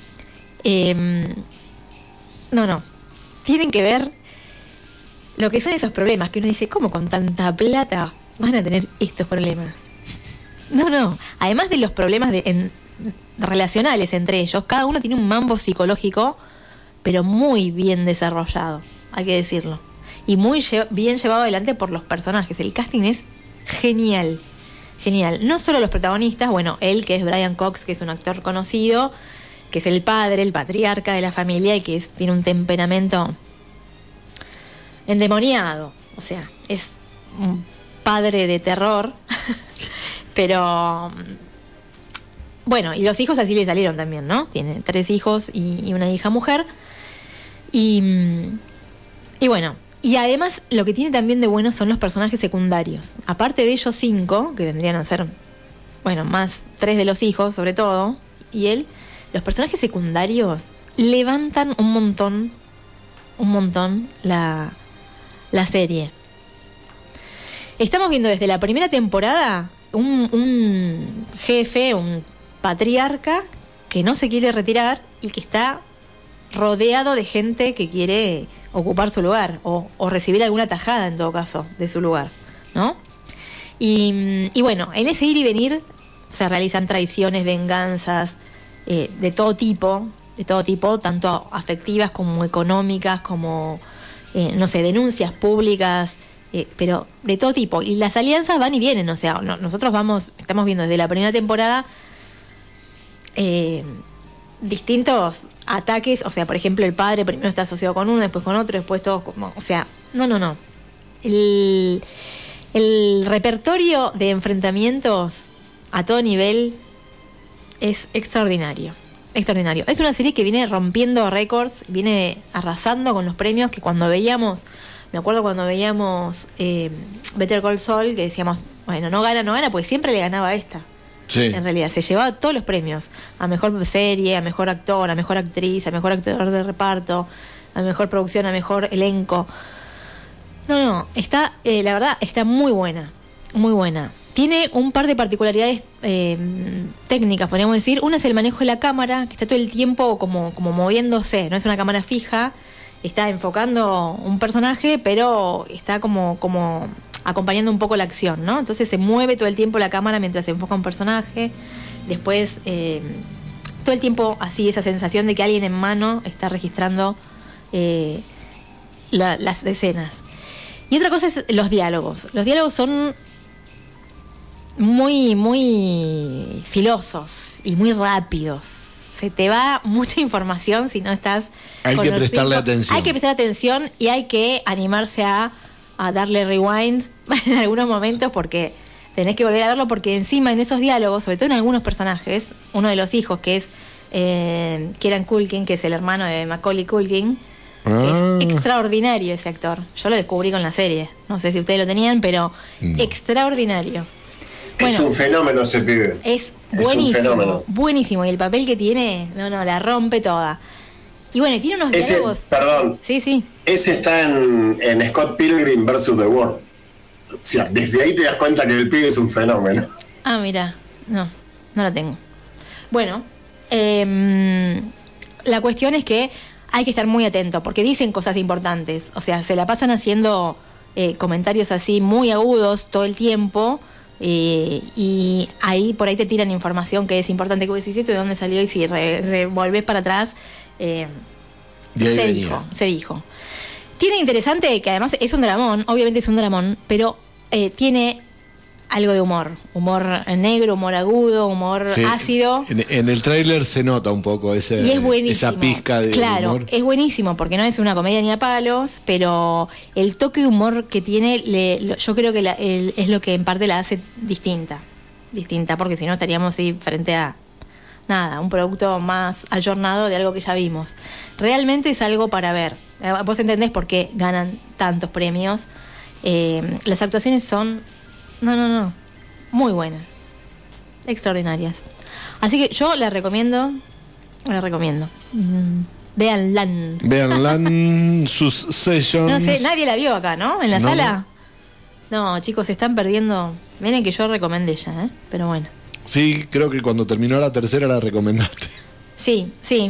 No. Tienen que ver lo que son esos problemas, que uno dice, ¿cómo con tanta plata van a tener estos problemas? No. Además de los problemas relacionales entre ellos, cada uno tiene un mambo psicológico, pero muy bien desarrollado, hay que decirlo. Y muy bien llevado adelante por los personajes. El casting es genial. Genial. No solo los protagonistas, bueno, él que es Brian Cox, que es un actor conocido, que es el padre, el patriarca de la familia y que tiene un temperamento endemoniado. O sea, es un padre de terror. Pero bueno, y los hijos así le salieron también, ¿no? Tiene 3 hijos y una hija mujer. Y bueno, y además lo que tiene también de bueno son los personajes secundarios. Aparte de ellos 5, que vendrían a ser, bueno, más 3 de los hijos sobre todo, y él, los personajes secundarios levantan un montón la serie. Estamos viendo desde la primera temporada un jefe, un patriarca que no se quiere retirar y que está rodeado de gente que quiere ocupar su lugar o recibir alguna tajada en todo caso de su lugar, ¿no? Y bueno, en ese ir y venir se realizan traiciones, venganzas, de todo tipo, tanto afectivas como económicas, como, no sé, denuncias públicas, pero de todo tipo. Y las alianzas van y vienen, o sea, nosotros estamos viendo desde la primera temporada distintos ataques, o sea, por ejemplo, el padre primero está asociado con uno, después con otro, después todos como, o sea, no. El repertorio de enfrentamientos a todo nivel es extraordinario. Extraordinario. Es una serie que viene rompiendo récords, viene arrasando con los premios que cuando veíamos, me acuerdo cuando veíamos Better Call Saul, que decíamos, bueno, no gana, porque siempre le ganaba a esta. Sí. En realidad, se llevaba todos los premios. A mejor serie, a mejor actor, a mejor actriz, a mejor actor de reparto, a mejor producción, a mejor elenco. No, está, la verdad, está muy buena, muy buena. Tiene un par de particularidades técnicas, podríamos decir. Una es el manejo de la cámara, que está todo el tiempo como moviéndose, no es una cámara fija, está enfocando un personaje, pero está como acompañando un poco la acción, ¿no? Entonces se mueve todo el tiempo la cámara mientras se enfoca un personaje. Después, todo el tiempo así, esa sensación de que alguien en mano está registrando las escenas. Y otra cosa es los diálogos. Los diálogos son muy, muy filosos y muy rápidos. Se te va mucha información si no estás... Hay que prestarle atención. Hay que prestar atención y hay que animarse a darle rewind en algunos momentos, porque tenés que volver a verlo, porque encima en esos diálogos, sobre todo en algunos personajes, uno de los hijos, que es Kieran Culkin, que es el hermano de Macaulay Culkin, que es extraordinario ese actor. Yo lo descubrí con la serie, no sé si ustedes lo tenían, pero extraordinario. Bueno, es un fenómeno ese pibe. Es buenísimo, buenísimo. Y el papel que tiene, la rompe toda. Y bueno, tiene unos diálogos. Perdón. Sí. Ese está en Scott Pilgrim vs. The World. O sea, desde ahí te das cuenta que el pibe es un fenómeno. Ah, mira. No lo tengo. Bueno, la cuestión es que hay que estar muy atento, porque dicen cosas importantes. O sea, se la pasan haciendo comentarios así muy agudos todo el tiempo. Y ahí por ahí te tiran información que es importante, que vos decís esto, de dónde salió, y si volvés para atrás, se dijo. Tiene interesante que además es un dramón, obviamente es un dramón, pero tiene algo de humor negro, humor agudo, humor ácido. En el tráiler se nota un poco esa pizca de humor. Es buenísimo, porque no es una comedia ni a palos, pero el toque de humor que tiene, yo creo que es lo que en parte la hace distinta, porque si no estaríamos ahí frente a un producto más ayornado de algo que ya vimos. Realmente es algo para ver. Vos entendés por qué ganan tantos premios. Las actuaciones son muy buenas, extraordinarias. Así que yo la recomiendo. Véanla. Sus sessions. No sé, nadie la vio acá, ¿no? En la sala. No, chicos, se están perdiendo. Miren que yo recomendé ya, pero bueno. Sí, creo que cuando terminó la tercera la recomendaste. Sí.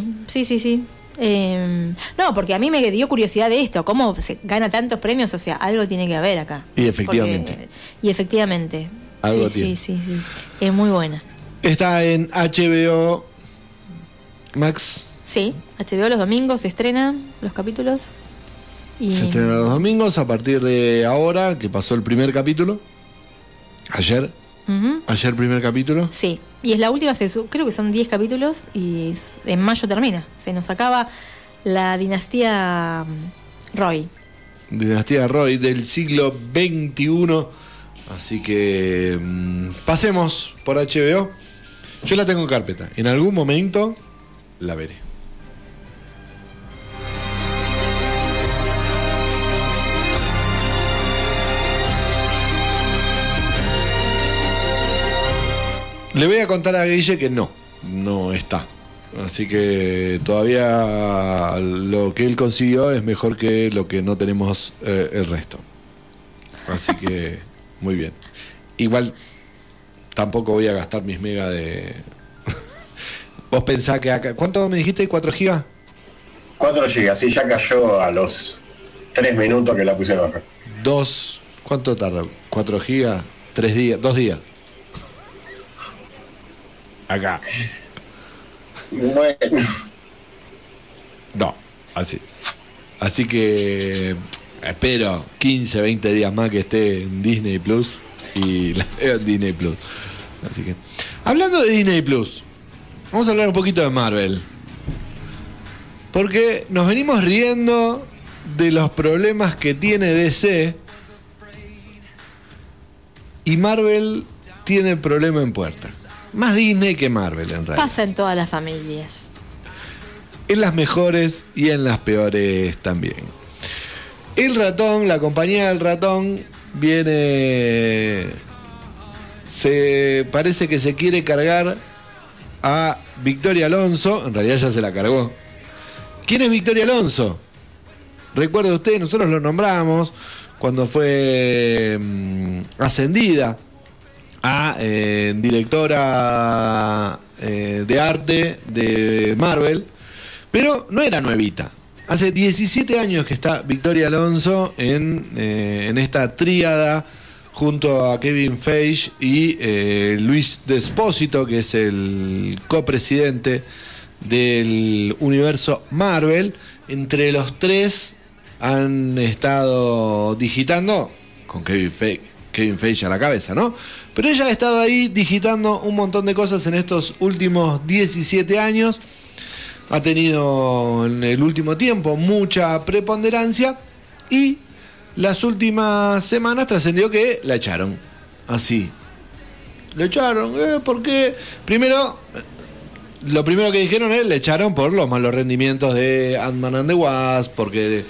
No, porque a mí me dio curiosidad de esto, cómo se gana tantos premios, o sea, algo tiene que haber acá. Y efectivamente. Algo tiene. Sí, es muy buena. Está en HBO Max. Sí, HBO los domingos se estrena los capítulos. Se estrena los domingos a partir de ahora, que pasó el primer capítulo. Ayer. Ayer primer capítulo. Sí, y es la última, creo que son 10 capítulos y en mayo termina. Se nos acaba la dinastía Roy. Dinastía Roy del siglo XXI. Así que pasemos por HBO. Yo la tengo en carpeta. En algún momento la veré. Le voy a contar a Guille que no está. Así que todavía lo que él consiguió es mejor que lo que no tenemos el resto. Así que muy bien. Igual tampoco voy a gastar mis megas de... ¿Vos pensás que acá... ¿Cuánto me dijiste? ¿4 gigas? 4 gigas, sí, ya cayó a los 3 minutos que la puse a bajar. ¿Cuánto tarda? ¿4 gigas? 3 días, 2 días. Acá. Bueno. No, así que espero 15, 20 días más que esté en Disney Plus y la veo en Disney Plus. Así que, hablando de Disney Plus, vamos a hablar un poquito de Marvel. Porque nos venimos riendo de los problemas que tiene DC y Marvel tiene el problema en puerta. Más Disney que Marvel, en realidad. Pasa en todas las familias. En las mejores y en las peores también. El ratón, la compañía del ratón, parece que se quiere cargar a Victoria Alonso. En realidad ya se la cargó. ¿Quién es Victoria Alonso? Recuerde usted, nosotros lo nombramos cuando fue ascendida a directora de arte de Marvel, pero no era nuevita. Hace 17 años que está Victoria Alonso en esta tríada junto a Kevin Feige y Luis Despósito, que es el copresidente del universo Marvel. Entre los tres han estado digitando, con Kevin Feige a la cabeza, ¿no? Pero ella ha estado ahí digitando un montón de cosas en estos últimos 17 años. Ha tenido en el último tiempo mucha preponderancia y las últimas semanas trascendió que la echaron. Así. La echaron, porque lo primero que dijeron es le echaron por los malos rendimientos de Ant-Man and the Wasp, porque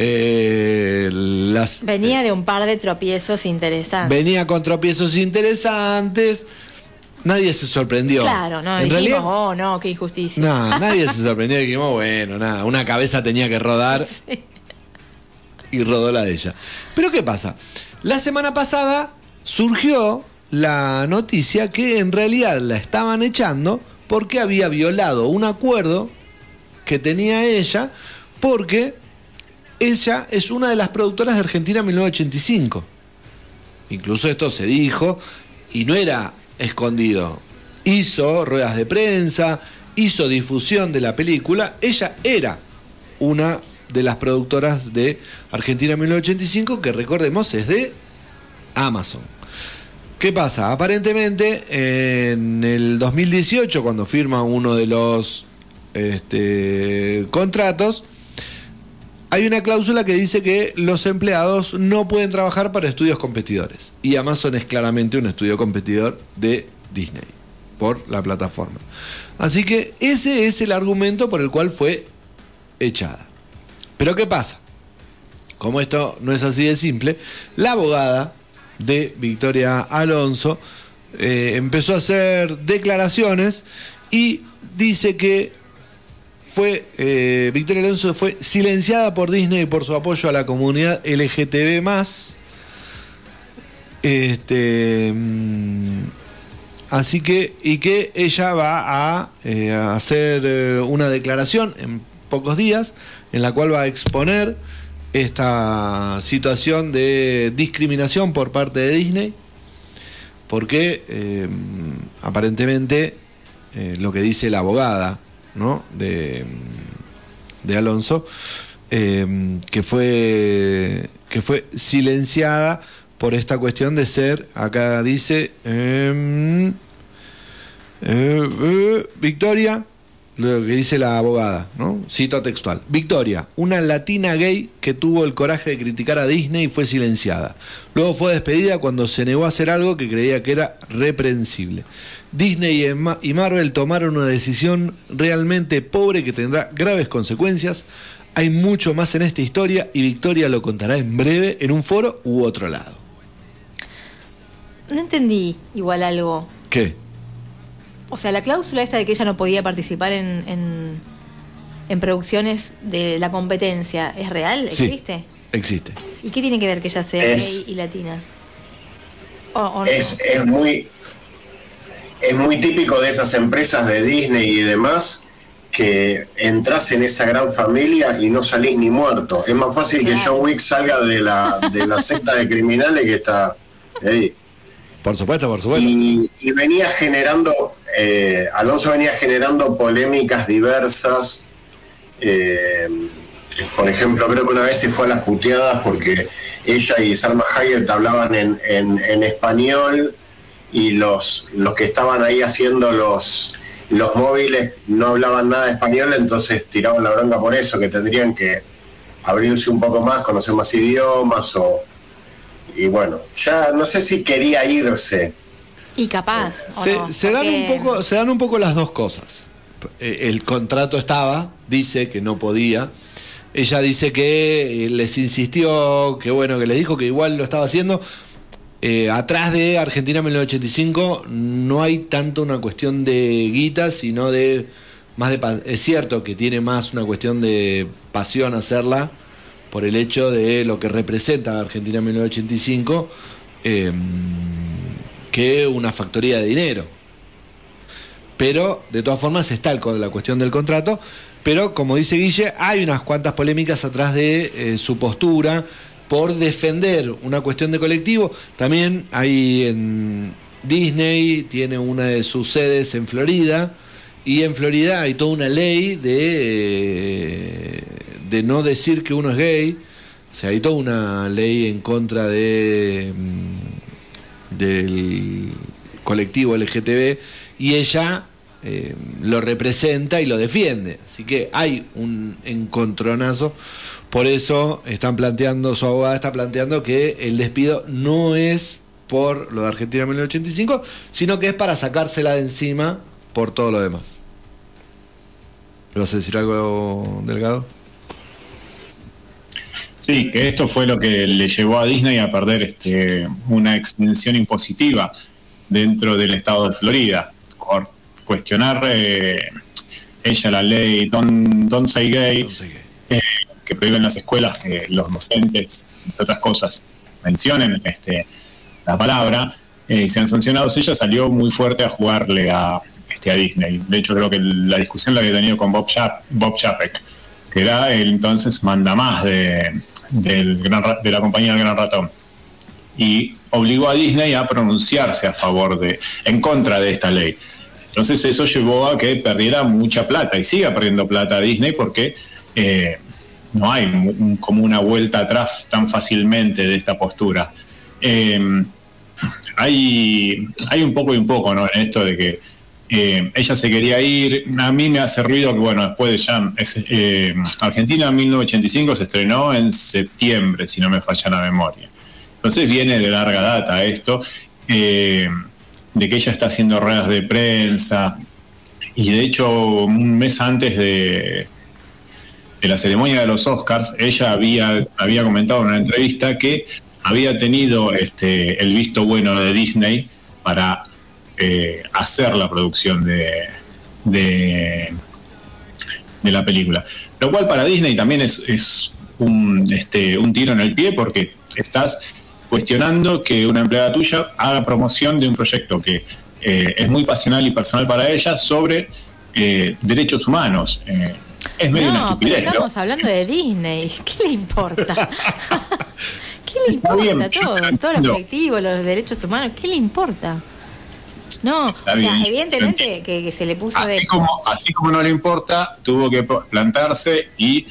venía de un par de tropiezos interesantes. Venía con tropiezos interesantes. Nadie se sorprendió. Claro, no, en dijimos, realidad, oh no, qué injusticia. No, nadie se sorprendió. Dijimos, bueno, nada, una cabeza tenía que rodar. Sí. Y rodó la de ella. Pero ¿qué pasa? La semana pasada surgió la noticia que en realidad la estaban echando porque había violado un acuerdo que tenía ella, porque ella es una de las productoras de Argentina 1985. Incluso esto se dijo y no era escondido. Hizo ruedas de prensa, hizo difusión de la película. Ella era una de las productoras de Argentina 1985, que recordemos es de Amazon. ¿Qué pasa? Aparentemente en el 2018, cuando firma uno de los contratos, hay una cláusula que dice que los empleados no pueden trabajar para estudios competidores. Y Amazon es claramente un estudio competidor de Disney, por la plataforma. Así que ese es el argumento por el cual fue echada. Pero ¿qué pasa? Como esto no es así de simple, la abogada de Victoria Alonso empezó a hacer declaraciones y dice que Victoria Alonso fue silenciada por Disney por su apoyo a la comunidad LGTB+. Así que ella va a hacer una declaración en pocos días en la cual va a exponer esta situación de discriminación por parte de Disney, porque aparentemente lo que dice la abogada, ¿no?, de Alonso, que fue silenciada por esta cuestión de ser, acá dice, Victoria, lo que dice la abogada, ¿no? Cito textual: Victoria, una latina gay que tuvo el coraje de criticar a Disney y fue silenciada. Luego fue despedida cuando se negó a hacer algo que creía que era reprensible. Disney y Marvel tomaron una decisión realmente pobre que tendrá graves consecuencias. Hay mucho más en esta historia y Victoria lo contará en breve en un foro u otro lado. No entendí igual algo. ¿Qué? O sea, la cláusula esta de que ella no podía participar en producciones de la competencia, ¿es real? ¿Existe? Sí, existe. ¿Y qué tiene que ver que ella sea gay y latina? ¿O no? Es muy típico de esas empresas de Disney y demás, que entras en esa gran familia y no salís ni muerto. Es más fácil que John Wick salga de la secta de criminales que está ahí. Por supuesto. Y venía generando, Alonso venía generando polémicas diversas. Por ejemplo, creo que una vez se fue a las puteadas porque ella y Salma Hayek hablaban en español y los que estaban ahí haciendo los móviles no hablaban nada de español, entonces tiraban la bronca por eso, que tendrían que abrirse un poco más, conocer más idiomas y bueno, ya no sé si quería irse. Y capaz. Se dan un poco las dos cosas. El contrato dice que no podía. Ella dice que les insistió, que bueno, que les dijo que igual lo estaba haciendo. Atrás de Argentina 1985 no hay tanto una cuestión de guita, sino de más es cierto que tiene más una cuestión de pasión hacerla por el hecho de lo que representa Argentina 1985 que una factoría de dinero. Pero de todas formas está la cuestión del contrato, pero como dice Guille, hay unas cuantas polémicas atrás de su postura por defender una cuestión de colectivo. También hay en Disney, tiene una de sus sedes en Florida, y en Florida hay toda una ley de no decir que uno es gay. O sea, hay toda una ley en contra del colectivo LGTB, y ella lo representa y lo defiende. Así que hay un encontronazo. Por eso su abogada está planteando que el despido no es por lo de Argentina 1985, sino que es para sacársela de encima por todo lo demás. ¿Le vas a decir algo, Delgado? Sí, que esto fue lo que le llevó a Disney a perder una extensión impositiva dentro del estado de Florida, por cuestionar ella la ley Don't Say Gay, que prohíben las escuelas que los docentes, entre otras cosas, mencionen la palabra, y sean sancionados. Ella salió muy fuerte a jugarle a Disney. De hecho, creo que la discusión la había tenido con Bob Chapek, que era el entonces mandamás de la compañía del Gran Ratón, y obligó a Disney a pronunciarse en contra de esta ley. Entonces eso llevó a que perdiera mucha plata, y siga perdiendo plata a Disney, porque no hay como una vuelta atrás tan fácilmente de esta postura. Hay un poco y un poco, ¿no?, en esto de que ella se quería ir. A mí me hace ruido que, bueno, después de ya Argentina 1985 se estrenó en septiembre, si no me falla la memoria. Entonces viene de larga data esto, de que ella está haciendo ruedas de prensa, y de hecho un mes antes de la ceremonia de los Oscars, ella había comentado en una entrevista que había tenido el visto bueno de Disney para hacer la producción de la película, lo cual para Disney también es un tiro en el pie, porque estás cuestionando que una empleada tuya haga promoción de un proyecto que es muy pasional y personal para ella sobre derechos humanos. Es medio una estupidez, pero estamos hablando de Disney. ¿Qué le importa? ¿Qué le importa? Bien, todos los colectivos, los derechos humanos, ¿qué le importa? No, o sea, evidentemente que se le puso así como no le importa, tuvo que plantarse y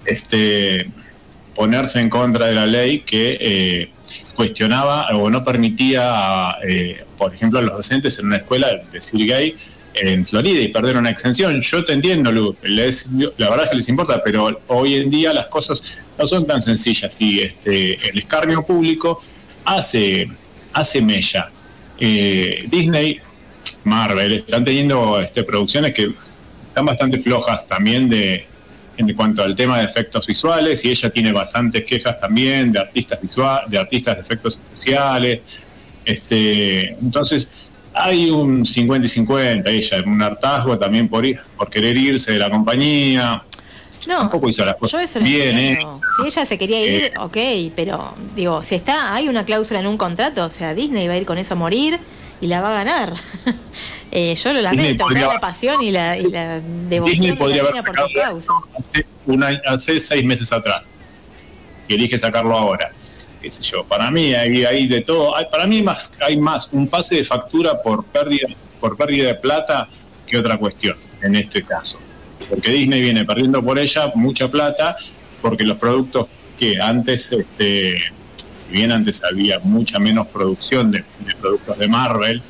ponerse en contra de la ley que cuestionaba o no permitía, por ejemplo, a los docentes en una escuela decir gay en Florida, y perder una exención. Yo te entiendo, Lu, la verdad es que les importa, pero hoy en día las cosas no son tan sencillas, y el escarnio público hace mella. Disney, Marvel están teniendo producciones que están bastante flojas también en cuanto al tema de efectos visuales, y ella tiene bastantes quejas también de artistas de efectos especiales. Entonces hay un 50 y 50, ella un hartazgo también por querer irse de la compañía. No, tampoco hizo las cosas yo eso lo bien. Entiendo. Si ella se quería ir, ok, pero digo, si hay una cláusula en un contrato, o sea, Disney va a ir con eso a morir y la va a ganar. Yo lo lamento, la pasión y la devoción. Disney podría haber por sus causas. Hace 6 meses atrás, y elige sacarlo ahora. Qué sé yo, para mí hay de todo. Para mí hay más un pase de factura por pérdida de plata que otra cuestión en este caso, porque Disney viene perdiendo por ella mucha plata, porque los productos que antes, si bien antes había mucha menos producción de productos de Marvel,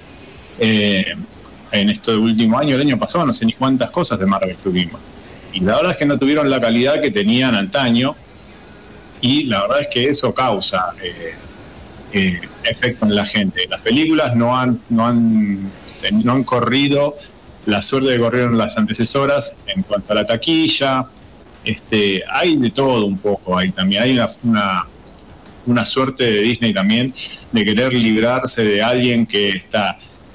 en este último año, el año pasado, no sé ni cuántas cosas de Marvel tuvimos, y la verdad es que no tuvieron la calidad que tenían antaño, y la verdad es que eso causa efecto en la gente. Las películas no han corrido la suerte que corrieron las antecesoras en cuanto a la taquilla. Hay de todo un poco ahí también. Hay una suerte de Disney también de querer librarse de alguien que está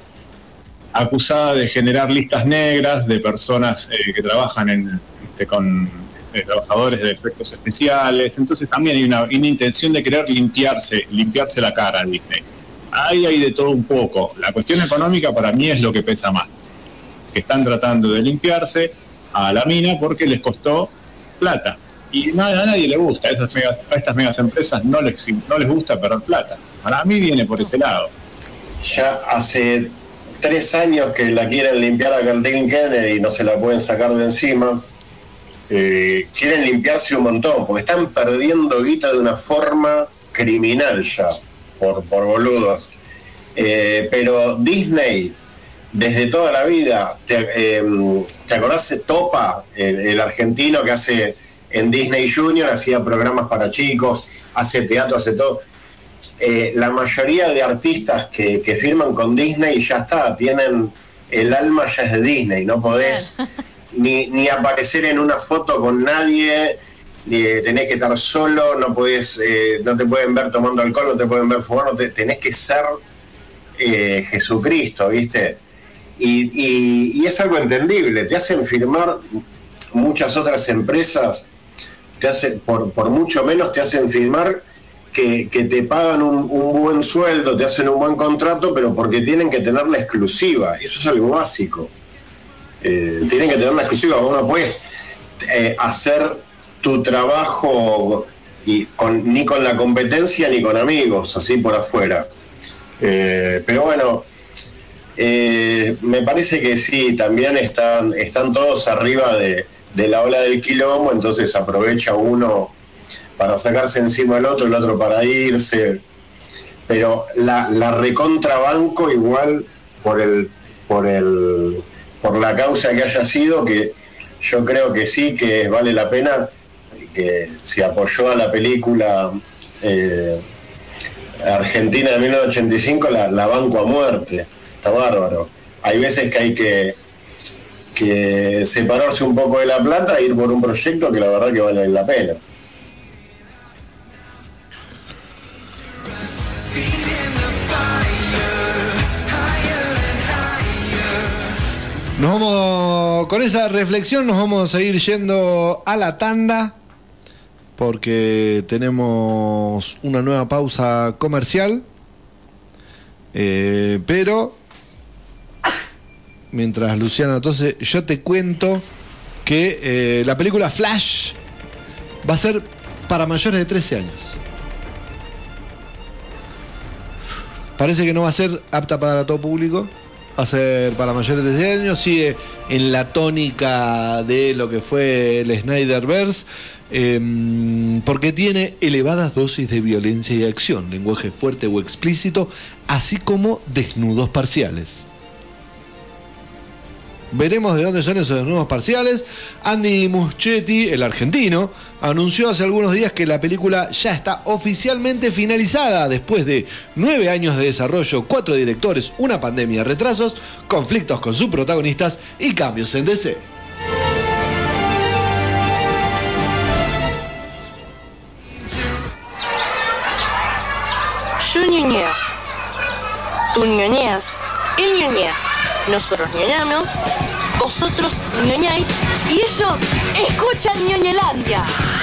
acusada de generar listas negras de personas que trabajan con trabajadores de efectos especiales. Entonces también hay una intención de querer limpiarse la cara a Disney. Ahí hay de todo un poco. La cuestión económica para mí es lo que pesa más, que están tratando de limpiarse a la mina porque les costó plata. Y a nadie le gusta, a estas megas empresas no les gusta perder plata. Para mí viene por ese lado. Ya hace 3 años que la quieren limpiar a Kathleen Kennedy y no se la pueden sacar de encima. Quieren limpiarse un montón, porque están perdiendo guita de una forma criminal ya, por boludos. Pero Disney, desde toda la vida, ¿te acordás de Topa, el argentino que hace en Disney Junior, hacía programas para chicos, hace teatro, hace todo? La mayoría de artistas que firman con Disney ya está, tienen el alma ya es de Disney, no podés ni aparecer en una foto con nadie, tenés que estar solo, no podés, no te pueden ver tomando alcohol, no te pueden ver fumando, tenés que ser Jesucristo, ¿viste? Y es algo entendible, te hacen firmar. Muchas otras empresas por mucho menos te hacen firmar que te pagan un buen sueldo, te hacen un buen contrato, pero porque tienen que tener la exclusiva. Eso es algo básico. Tienen que tener la exclusiva. Vos no puedes hacer tu trabajo ni con la competencia ni con amigos, así por afuera. Pero bueno, me parece que sí, también están todos arriba de la ola del quilombo, entonces aprovecha uno para sacarse encima el otro para irse. Pero la recontrabanco igual por la causa que haya sido, que yo creo que sí, que vale la pena, que se apoyó a la película Argentina de 1985, la banco a muerte. Está bárbaro. Hay veces que hay que separarse un poco de la plata e ir por un proyecto que la verdad que vale la pena. Nos vamos, con esa reflexión nos vamos a ir yendo a la tanda, porque tenemos una nueva pausa comercial, pero mientras Luciana tose, yo te cuento que la película Flash va a ser para mayores de 13 años. Parece que no va a ser apta para todo público, va a ser para mayores de 13 años, sigue en la tónica de lo que fue el Snyderverse, porque tiene elevadas dosis de violencia y acción, lenguaje fuerte o explícito, así como desnudos parciales. Veremos de dónde son esos desnudos parciales. Andy Muschietti, el argentino, anunció hace algunos días que la película ya está oficialmente finalizada después de 9 años de desarrollo, 4 directores, una pandemia, retrasos, conflictos con sus protagonistas y cambios en DC. Yo ñoñeo. Tú ñoñeas. Él ñoñea. Nosotros ñoñamos. Vosotros ñoñáis. Y ellos escuchan Ñoñelandia.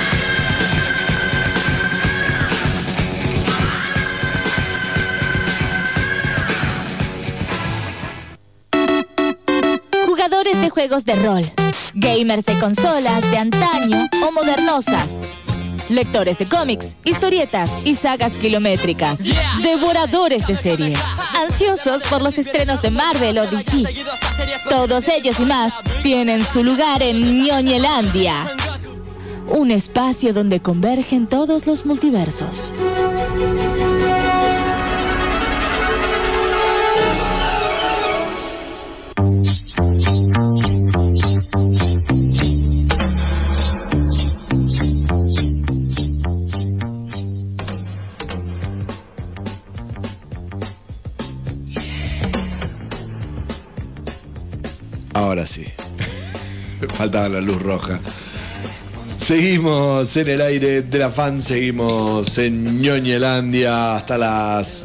Jugadores de juegos de rol, gamers de consolas de antaño o modernosas, lectores de cómics, historietas y sagas kilométricas, devoradores de series, ansiosos por los estrenos de Marvel o DC. Todos ellos y más tienen su lugar en Ñoñelandia, un espacio donde convergen todos los multiversos. Faltaba la luz roja. Seguimos en el aire de la fan, seguimos en Ñoñelandia hasta las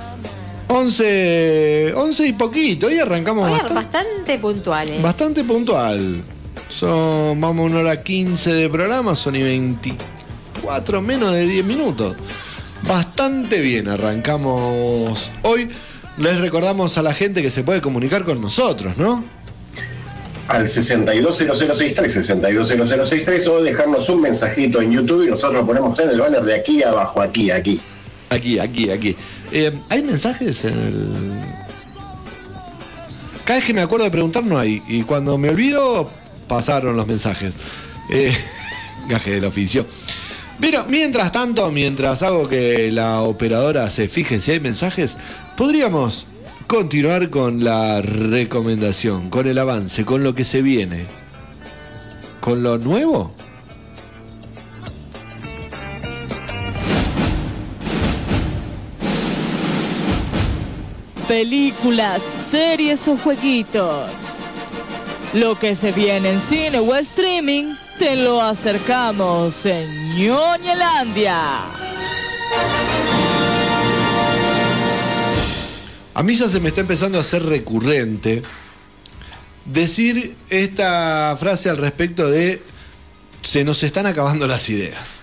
11 y poquito. Hoy arrancamos bastante puntuales. Bastante puntual. Vamos a 1:15 de programa, son y 24, menos de 10 minutos. Bastante bien, arrancamos hoy. Les recordamos a la gente que se puede comunicar con nosotros, ¿no? Al 620063, 620063, o dejarnos un mensajito en YouTube y nosotros lo ponemos en el banner de aquí abajo, aquí. Aquí. ¿Hay mensajes en el...? Cada vez que me acuerdo de preguntar no hay, y cuando me olvido pasaron los mensajes. Gaje del oficio. Pero mientras tanto, mientras hago que la operadora se fije si hay mensajes, podríamos continuar con la recomendación, con el avance, con lo que se viene, con lo nuevo. Películas, series o jueguitos. Lo que se viene en cine o streaming, te lo acercamos en Ñoñelandia. A mí ya se me está empezando a hacer recurrente decir esta frase al respecto de se nos están acabando las ideas.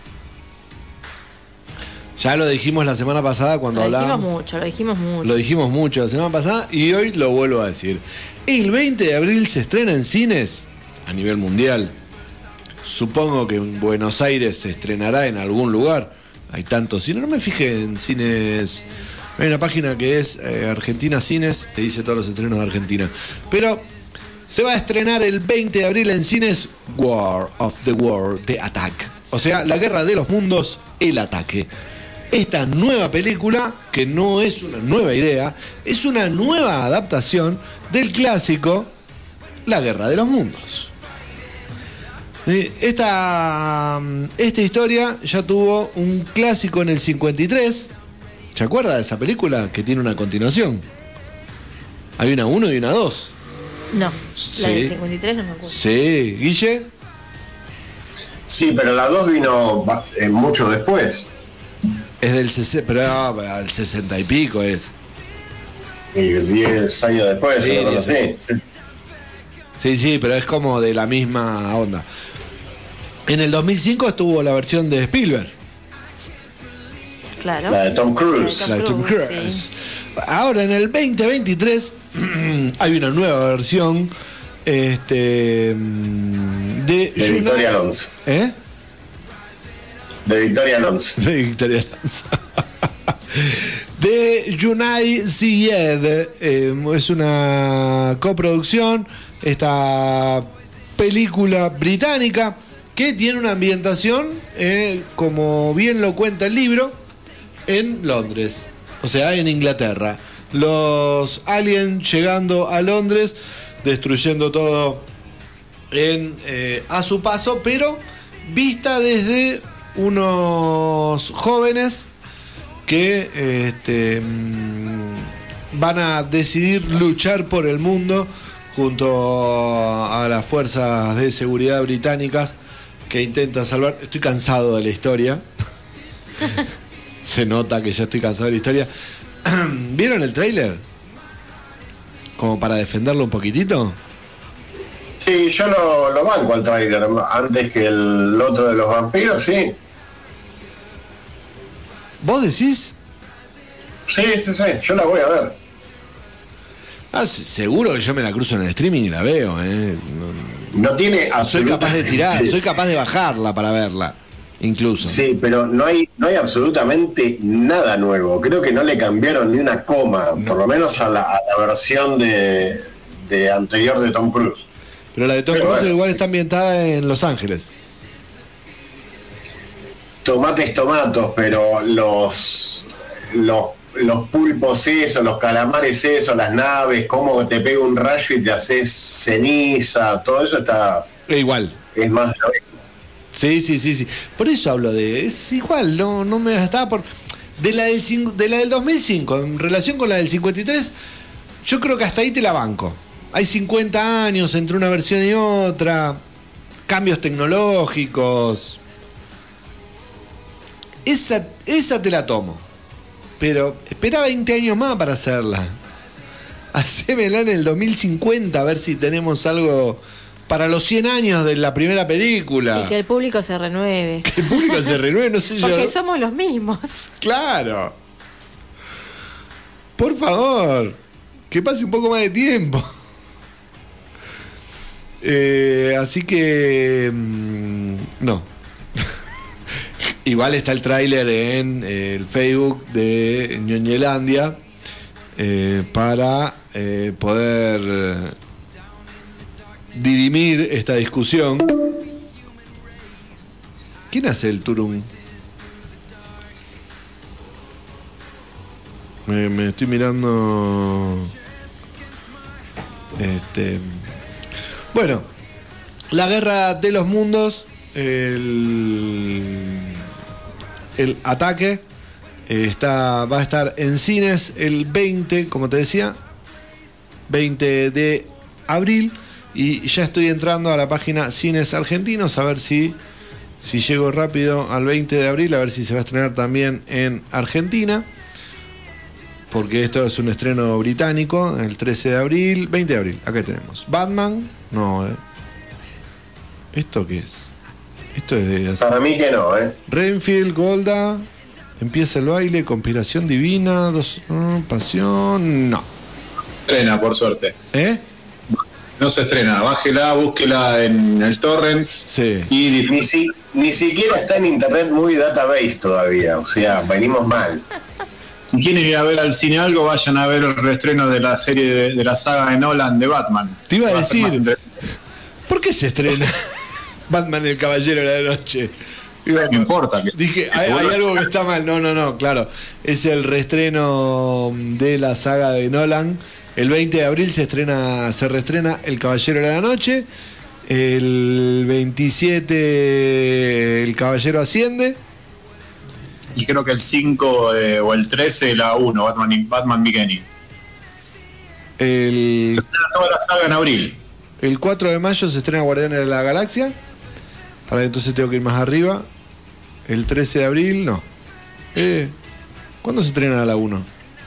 Ya lo dijimos la semana pasada cuando hablábamos. Lo dijimos mucho. Lo dijimos mucho la semana pasada y hoy lo vuelvo a decir. El 20 de abril se estrena en cines a nivel mundial. Supongo que en Buenos Aires se estrenará en algún lugar. Hay tantos cines. No me fijé en cines. Hay una página que es Argentina Cines, te dice todos los estrenos de Argentina. Pero se va a estrenar el 20 de abril en cines War of the World, The Attack. O sea, la guerra de los mundos, el ataque. Esta nueva película, que no es una nueva idea, es una nueva adaptación del clásico La Guerra de los Mundos. Esta historia ya tuvo un clásico en el 53. ¿Se acuerda de esa película que tiene una continuación? Hay una 1 y una 2. No, Sí. la del 53 no me acuerdo. Sí, Guille. Sí, pero la 2 vino mucho después. Es del 60, pero el 60 y pico es. Y 10 años después, Sí, yo lo conocí. Sí, pero es como de la misma onda. En el 2005 estuvo la versión de Spielberg. Claro. La de Tom Cruise. La de Tom Cruise. Sí. Ahora en el 2023 hay una nueva versión de Victoria Alonso. ¿Eh? De Victoria Alonso. De Victoria Alonso. De Unai Ziyed. Es una coproducción. Esta película británica que tiene una ambientación, como bien lo cuenta el libro, en Londres. O sea, en Inglaterra. Los aliens llegando a Londres, destruyendo todo a su paso, pero vista desde unos jóvenes que van a decidir luchar por el mundo junto a las fuerzas de seguridad británicas que intentan salvar. Estoy cansado de la historia. Se nota que ya estoy cansado de la historia. ¿Vieron el tráiler? Como para defenderlo un poquitito. Sí, yo lo banco al tráiler antes que el otro de los vampiros, sí. ¿Vos decís? Sí, yo la voy a ver. Seguro que yo me la cruzo en el streaming y la veo, No tiene soy capaz de tirar, absolutamente- soy capaz de bajarla para verla, incluso. Sí, pero no hay absolutamente nada nuevo. Creo que no le cambiaron ni una coma, por lo menos a la versión de anterior de Tom Cruise. Pero la de Tom Pero Cruise bueno. igual está ambientada en Los Ángeles. Tomates, pero los pulpos eso, los calamares eso, las naves, cómo te pega un rayo y te haces ceniza, todo eso está... Igual. Es más de lo mismo. Sí. Por eso hablo de... Es igual, no me estaba por... De la del 2005, en relación con la del 53, yo creo que hasta ahí te la banco. Hay 50 años entre una versión y otra. cambios tecnológicos. Esa te la tomo. Pero espera 20 años más para hacerla. Hacémela en el 2050 a ver si tenemos algo para los 100 años de la primera película. Y que el público se renueve. Que el público se renueve, no sé yo. Porque somos los mismos. Claro. Por favor, que pase un poco más de tiempo. Así que... no. Igual está el tráiler en el Facebook de Ñoñelandia para poder dirimir esta discusión. ¿Quién hace el Turum? Me estoy mirando. Bueno, la guerra de los mundos, el ataque va a estar en cines el 20, como te decía, 20 de abril, y ya estoy entrando a la página Cines Argentinos a ver si llego rápido al 20 de abril, a ver si se va a estrenar también en Argentina, porque esto es un estreno británico, el 13 de abril, 20 de abril, acá tenemos Batman, no, ¿esto qué es? Esto es de... Para mí que no, Renfield, Golda, empieza el baile, conspiración divina, pasión, no. Estrena, por suerte. No se estrena, bájela, búsquela en el torrent. Sí. Y ni siquiera está en internet muy database todavía, o sea, venimos mal. Si quieren ir a ver al cine algo, vayan a ver el reestreno de la serie de la saga de Nolan de Batman. Te iba a decir, ¿por qué se estrena Batman el Caballero de la Noche? No importa. Dije, hay algo que está mal. No, claro. Es el reestreno de la saga de Nolan. El 20 de abril se reestrena El Caballero de la Noche. El 27 El Caballero Asciende. Y creo que el 5 o el 13 la 1, Batman Beginning. Se estrena toda la saga en abril. El 4 de mayo se estrena Guardianes de la Galaxia. Ahora entonces tengo que ir más arriba. El 13 de abril, no. ¿Cuándo se estrena la 1?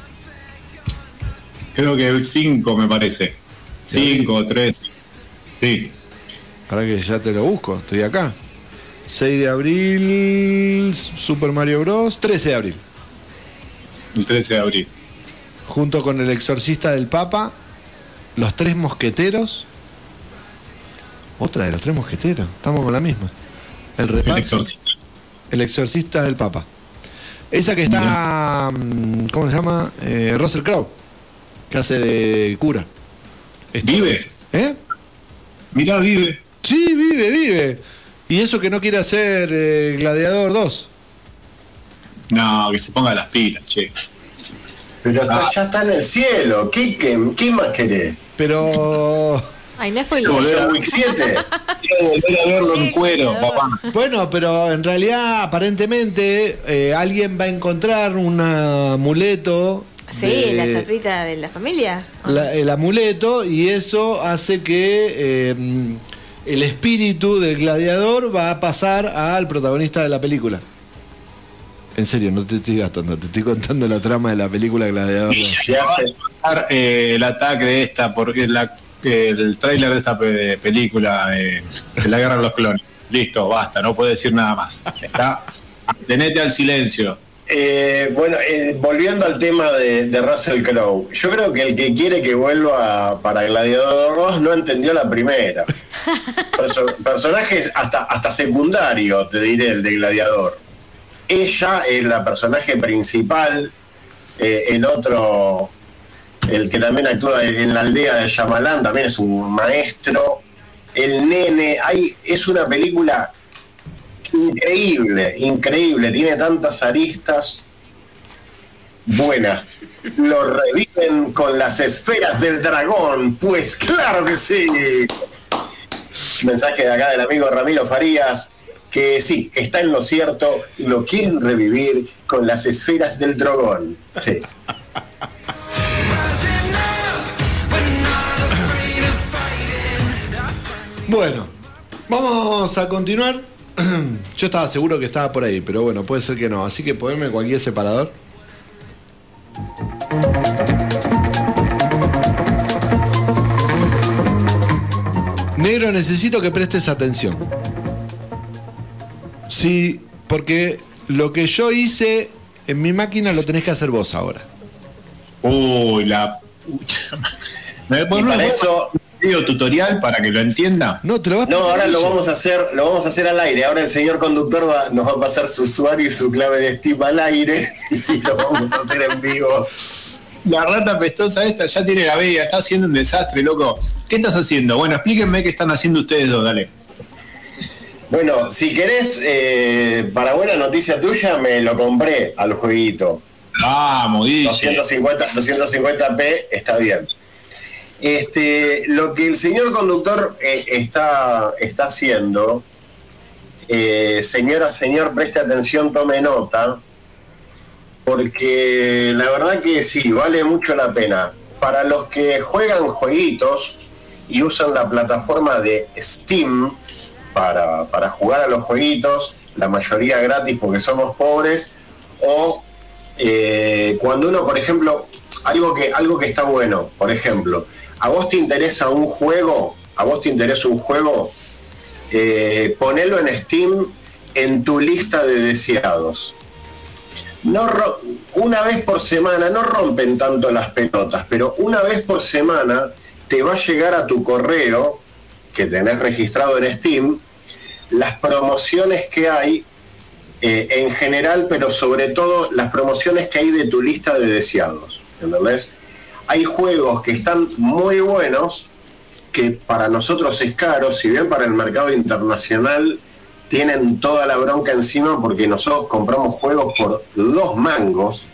Creo que el 5 me parece. 5 o 13. Sí. Ahora que ya te lo busco, estoy acá. 6 de abril, Super Mario Bros. 13 de abril. El 13 de abril. Junto con El Exorcista del Papa, Los Tres Mosqueteros. Otra de Los Tres Mosqueteros, estamos con la misma. El Exorcista. El Exorcista del Papa. Esa que está, ¿cómo se llama? Russell Crowe, que hace de cura. ¿Vive? Mirá, vive. Sí, vive. Y eso que no quiere hacer Gladiador 2. No, que se ponga las pilas, che. Pero ya está en el cielo. ¿Qué más querés? Pero... Ay, no es spoiler. ¿Volver a Week 7? Quiero volver a verlo en cuero, papá. Bueno, pero en realidad, aparentemente, alguien va a encontrar un amuleto. Sí, la estatuita de la familia. El amuleto, y eso hace que el espíritu del gladiador va a pasar al protagonista de la película. En serio, no te estoy gastando, te estoy contando la trama de la película Gladiador. Y ya se va el ataque de esta, porque el tráiler de esta película de la guerra de los clones. Listo, basta, no puedo decir nada más. Tenete al silencio. Volviendo al tema de Russell Crowe, yo creo que el que quiere que vuelva para Gladiador 2 no entendió la primera. Personajes hasta secundario, te diré, el de Gladiador. Ella es la personaje principal, el otro, el que también actúa en La Aldea de Shyamalan, también es un maestro. El nene, es una película increíble, tiene tantas aristas buenas. Lo reviven con las esferas del dragón, pues claro que sí. Mensaje de acá del amigo Ramiro Farías, que sí, está en lo cierto, lo quieren revivir con las esferas del dragón. Sí. Vamos a continuar. Yo estaba seguro que estaba por ahí, pero bueno, puede ser que no. Así que poneme cualquier separador. Negro, necesito que prestes atención. Sí, porque lo que yo hice en mi máquina lo tenés que hacer vos ahora. Uy, ¿Me pones para eso un video tutorial para que lo entienda? No, te lo vas a No, ahora ella. lo vamos a hacer al aire. Ahora el señor conductor nos va a pasar su usuario y su clave de Steam al aire y lo vamos a hacer en vivo. La rata pestosa esta ya tiene la vega, está haciendo un desastre, loco. ¿Qué estás haciendo? Bueno, explíquenme qué están haciendo ustedes dos, dale. Bueno, si querés, para buena noticia tuya, me lo compré al jueguito. Vamos, Guille. 250p está bien. Lo que el señor conductor está haciendo, señora, señor, preste atención, tome nota, porque la verdad que sí, vale mucho la pena. Para los que juegan jueguitos y usan la plataforma de Steam para jugar a los jueguitos, la mayoría gratis porque somos pobres, o cuando uno, por ejemplo, algo que está bueno, por ejemplo, ¿a vos te interesa un juego? Ponelo en Steam en tu lista de deseados. Una vez por semana, no rompen tanto las pelotas, pero una vez por semana te va a llegar a tu correo, que tenés registrado en Steam, las promociones que hay en general, pero sobre todo las promociones que hay de tu lista de deseados, ¿entendés? Hay juegos que están muy buenos, que para nosotros es caro, si bien para el mercado internacional tienen toda la bronca encima porque nosotros compramos juegos por 2 mangos.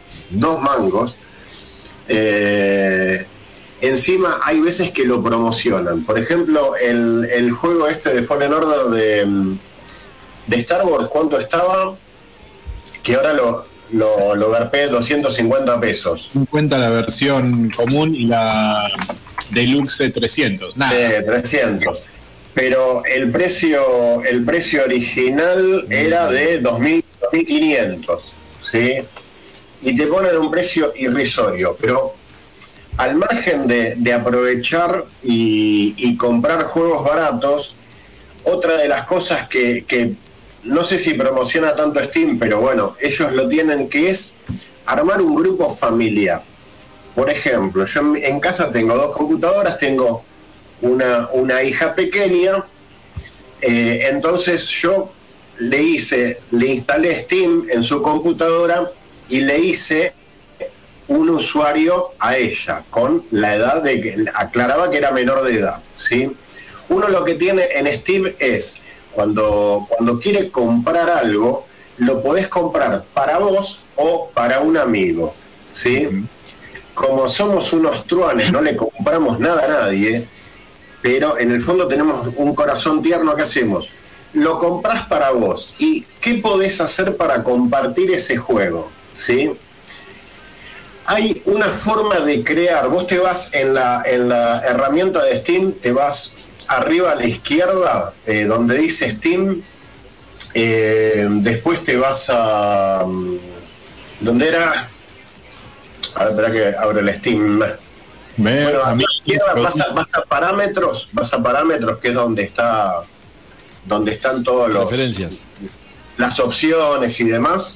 Encima hay veces que lo promocionan. Por ejemplo, el juego este de Fallen Order de Star Wars, ¿cuánto estaba? Que ahora lo garpé 250 pesos. 50 la versión común y la Deluxe 300. Nada. 300. Pero el precio original era de 2.500, ¿sí? Y te ponen un precio irrisorio, pero al margen de aprovechar y comprar juegos baratos, otra de las cosas que no sé si promociona tanto Steam, pero bueno, ellos lo tienen, que es armar un grupo familiar. Por ejemplo, yo en casa tengo 2 computadoras, tengo una hija pequeña, entonces yo le instalé Steam en su computadora y le hice un usuario a ella, con la edad de que aclaraba que era menor de edad, ¿sí? Uno lo que tiene en Steam es, cuando quiere comprar algo, lo podés comprar para vos o para un amigo, ¿sí? Como somos unos truanes, no le compramos nada a nadie, pero en el fondo tenemos un corazón tierno. ¿Qué hacemos? Lo comprás para vos. ¿Y qué podés hacer para compartir ese juego? ¿Sí? Hay una forma de crear. Vos te vas en la herramienta de Steam, te vas arriba a la izquierda, donde dice Steam, después te vas a... ¿dónde era? A ver, espera que abro el Steam. Bueno, a la izquierda vas a parámetros, que es donde están todos los referencias, las opciones y demás.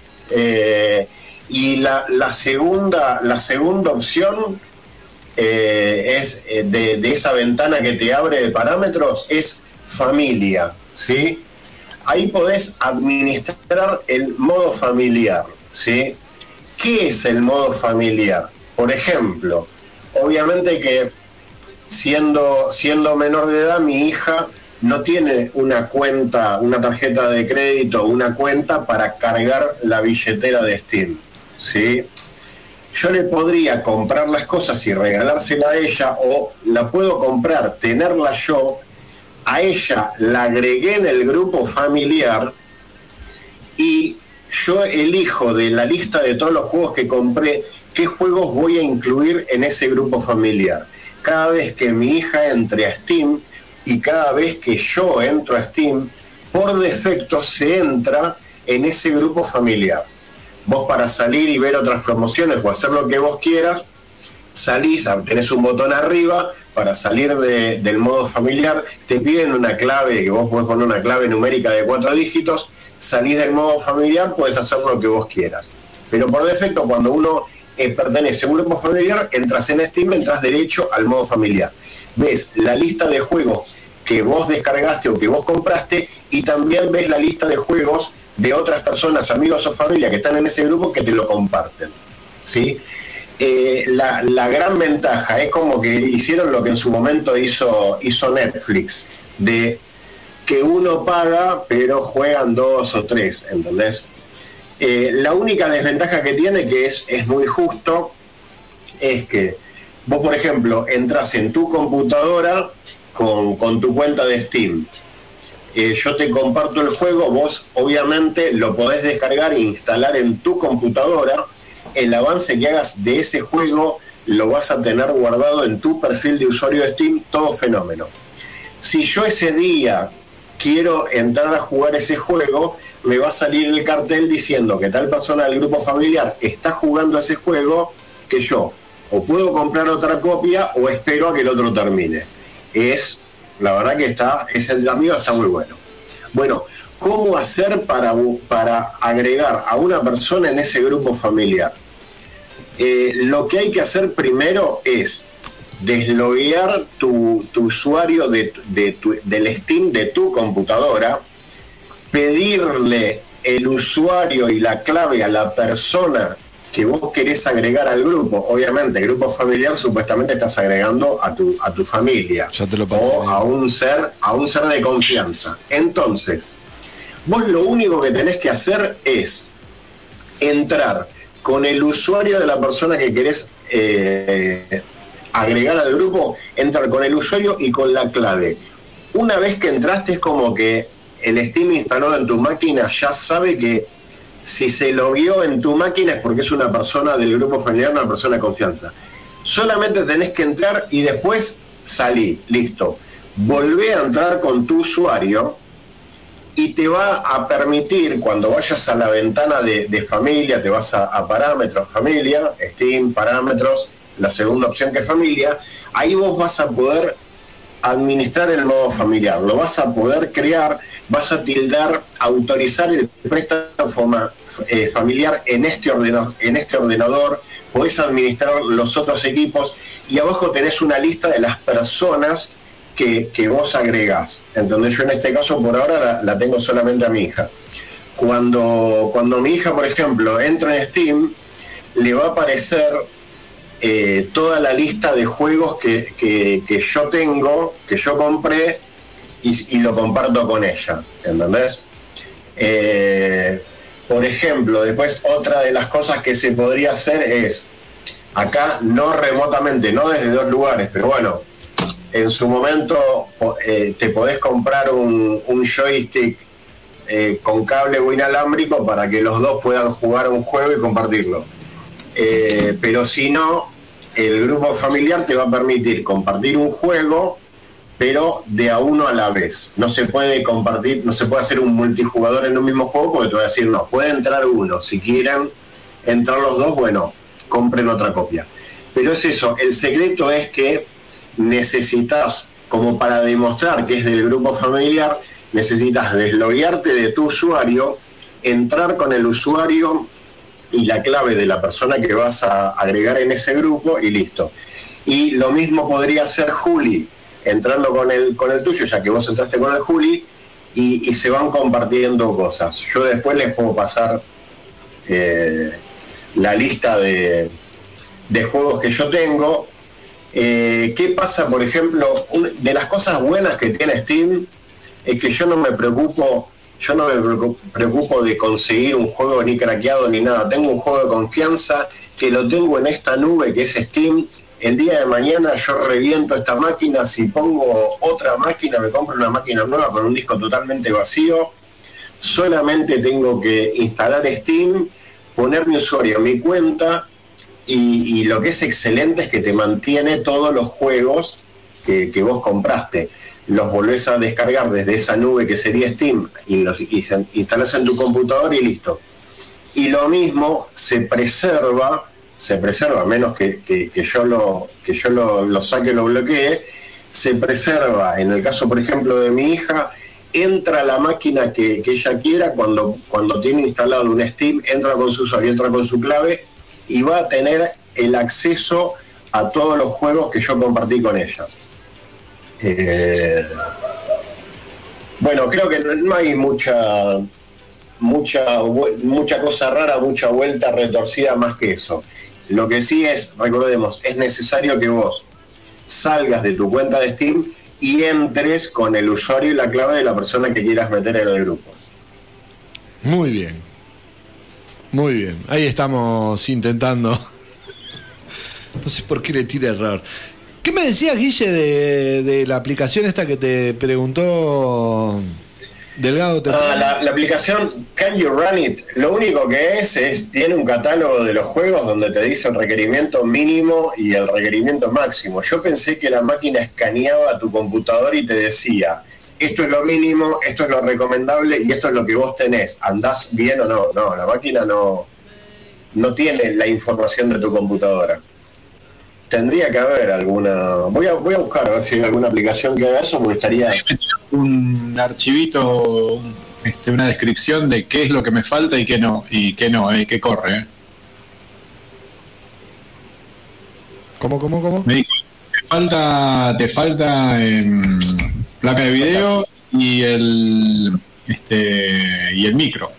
Y la segunda opción es de esa ventana que te abre de parámetros, es familia, ¿sí? Ahí podés administrar el modo familiar, ¿sí? ¿Qué es el modo familiar? Por ejemplo, obviamente que siendo menor de edad, mi hija no tiene una tarjeta de crédito, una cuenta para cargar la billetera de Steam, ¿sí? Yo le podría comprar las cosas y regalársela a ella, o la puedo comprar, tenerla yo, a ella la agregué en el grupo familiar y yo elijo de la lista de todos los juegos que compré qué juegos voy a incluir en ese grupo familiar. Cada vez que mi hija entre a Steam y cada vez que yo entro a Steam, por defecto se entra en ese grupo familiar. Vos para salir y ver otras promociones o hacer lo que vos quieras, salís, tenés un botón arriba para salir del modo familiar, te piden una clave, que vos podés poner una clave numérica de 4 dígitos, salís del modo familiar, podés hacer lo que vos quieras. Pero por defecto, cuando uno pertenece a un grupo familiar, entras en Steam, entras derecho al modo familiar. Ves la lista de juegos que vos descargaste o que vos compraste, y también ves la lista de juegos de otras personas, amigos o familia que están en ese grupo que te lo comparten, ¿sí? La gran ventaja es como que hicieron lo que en su momento hizo Netflix, de que uno paga pero juegan 2 o 3, ¿entendés? La única desventaja que tiene, que es muy justo, es que vos, por ejemplo, entras en tu computadora con tu cuenta de Steam. Yo te comparto el juego, vos obviamente lo podés descargar e instalar en tu computadora. El avance que hagas de ese juego lo vas a tener guardado en tu perfil de usuario de Steam, todo fenómeno. Si yo ese día quiero entrar a jugar ese juego, me va a salir el cartel diciendo que tal persona del grupo familiar está jugando ese juego, que yo o puedo comprar otra copia o espero a que el otro termine. La verdad que ese entramado está muy bueno. Bueno, ¿cómo hacer para agregar a una persona en ese grupo familiar? Lo que hay que hacer primero es desloguear tu usuario del Steam de tu computadora, pedirle el usuario y la clave a la persona que vos querés agregar al grupo. Obviamente, el grupo familiar supuestamente estás agregando a tu familia o a un ser de confianza. Entonces, vos lo único que tenés que hacer es entrar con el usuario de la persona que querés agregar al grupo, entrar con el usuario y con la clave. Una vez que entraste, es como que el Steam instalado en tu máquina ya sabe que si se logueó en tu máquina es porque es una persona del grupo familiar, una persona de confianza. Solamente tenés que entrar y después salir, listo. Volvé a entrar con tu usuario y te va a permitir, cuando vayas a la ventana de familia, te vas a parámetros, familia, Steam, parámetros, la segunda opción que es familia, ahí vos vas a poder administrar el modo familiar, lo vas a poder crear, vas a autorizar el préstamo familiar en este ordenador, podés administrar los otros equipos y abajo tenés una lista de las personas que vos agregás. Entonces yo en este caso por ahora la tengo solamente a mi hija. Cuando mi hija, por ejemplo, entra en Steam, le va a aparecer toda la lista de juegos que yo tengo, que yo compré y lo comparto con ella, ¿entendés? Por ejemplo, después otra de las cosas que se podría hacer es, acá no remotamente, no desde 2 lugares, pero bueno, en su momento te podés comprar un joystick con cable o inalámbrico para que los dos puedan jugar un juego y compartirlo. Pero si no, el grupo familiar te va a permitir compartir un juego, pero de a uno a la vez. No se puede compartir, no se puede hacer un multijugador en un mismo juego, porque te voy a decir, no, puede entrar uno. Si quieren entrar los dos, bueno, compren otra copia. Pero es eso, el secreto es que necesitas, como para demostrar que es del grupo familiar, necesitas desloguearte de tu usuario, entrar con el usuario y la clave de la persona que vas a agregar en ese grupo y listo. Y lo mismo podría hacer Juli, entrando con el tuyo, ya que vos entraste con el Juli, y se van compartiendo cosas. Yo después les puedo pasar la lista de juegos que yo tengo. ¿Qué pasa, por ejemplo? De las cosas buenas que tiene Steam es que yo no me preocupo de conseguir un juego ni craqueado ni nada. Tengo un juego de confianza que lo tengo en esta nube que es Steam. El día de mañana yo reviento esta máquina, si pongo otra máquina, me compro una máquina nueva con un disco totalmente vacío, solamente tengo que instalar Steam, poner mi usuario, mi cuenta, y lo que es excelente es que te mantiene todos los juegos que vos compraste. los volvés a descargar desde esa nube que sería Steam y se instalás en tu computador y listo. Y lo mismo se preserva, a menos que yo lo saque, lo bloquee, se preserva, en el caso por ejemplo de mi hija, entra a la máquina que ella quiera, cuando tiene instalado un Steam, entra con su usuario, entra con su clave y va a tener el acceso a todos los juegos que yo compartí con ella. Bueno, creo que no hay mucha cosa rara, mucha vuelta retorcida más que eso. Lo que sí es, recordemos, es necesario que vos salgas de tu cuenta de Steam y entres con el usuario y la clave de la persona que quieras meter en el grupo. Muy bien. Muy bien. Ahí estamos intentando. No sé por qué le tira error. ¿Qué me decías, Guille, de la aplicación esta que te preguntó Delgado? La aplicación Can You Run It, lo único que tiene un catálogo de los juegos donde te dice el requerimiento mínimo y el requerimiento máximo. Yo pensé que la máquina escaneaba tu computador y te decía, esto es lo mínimo, esto es lo recomendable y esto es lo que vos tenés. ¿Andás bien o no? No, la máquina no tiene la información de tu computadora. Tendría que haber alguna... Voy a buscar a ver si hay alguna aplicación que haga eso, porque estaría... Un archivito, una descripción de qué es lo que me falta y qué no, que corre. ¿Cómo? Me dijo, te falta placa de video y el micro.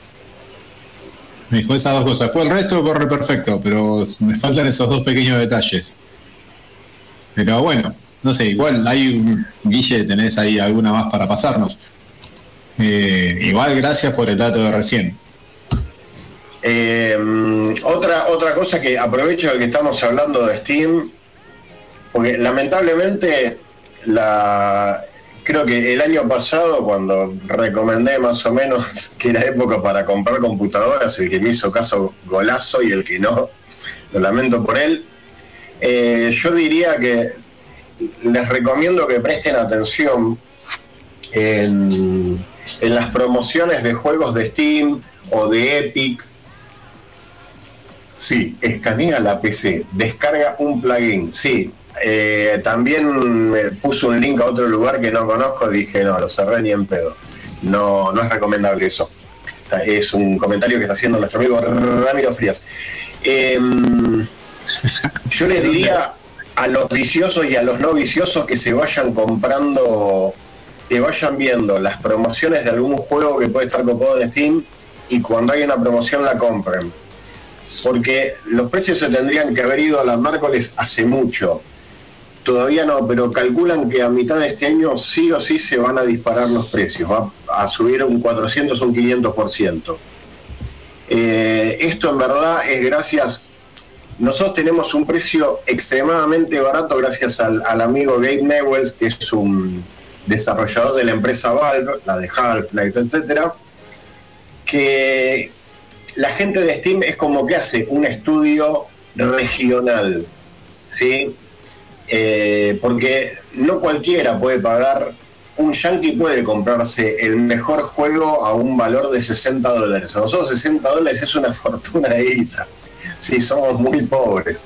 Me dijo esas dos cosas. Pues el resto corre perfecto, pero me faltan esos dos pequeños detalles. Pero bueno, no sé, igual Guille, tenés ahí alguna más para pasarnos. Igual gracias por el dato de recién. Otra cosa que aprovecho de que estamos hablando de Steam, porque lamentablemente creo que el año pasado, cuando recomendé más o menos que era época para comprar computadoras, el que me hizo caso golazo y el que no, lo lamento por él. Yo diría que les recomiendo que presten atención en las promociones de juegos de Steam o de Epic. Sí, escanea la PC, descarga un plugin, sí. También me puso un link a otro lugar que no conozco, dije no, lo cerré ni en pedo. No es recomendable eso. Es un comentario que está haciendo nuestro amigo Ramiro Frías. Yo les diría a los viciosos y a los no viciosos que se vayan comprando, que vayan viendo las promociones de algún juego que puede estar copado en Steam y cuando hay una promoción la compren. Porque los precios se tendrían que haber ido a las miércoles hace mucho. Todavía no, pero calculan que a mitad de este año sí o sí se van a disparar los precios. Va a subir un 400 o un 500%. Esto en verdad es gracias... Nosotros tenemos un precio extremadamente barato gracias al amigo Gabe Newells, que es un desarrollador de la empresa Valve, la de Half-Life, etcétera, que la gente de Steam es como que hace un estudio regional, ¿sí? Porque no cualquiera puede pagar, un yankee puede comprarse el mejor juego a un valor de $60. A nosotros $60 es una fortuna de guita. Sí, somos muy pobres.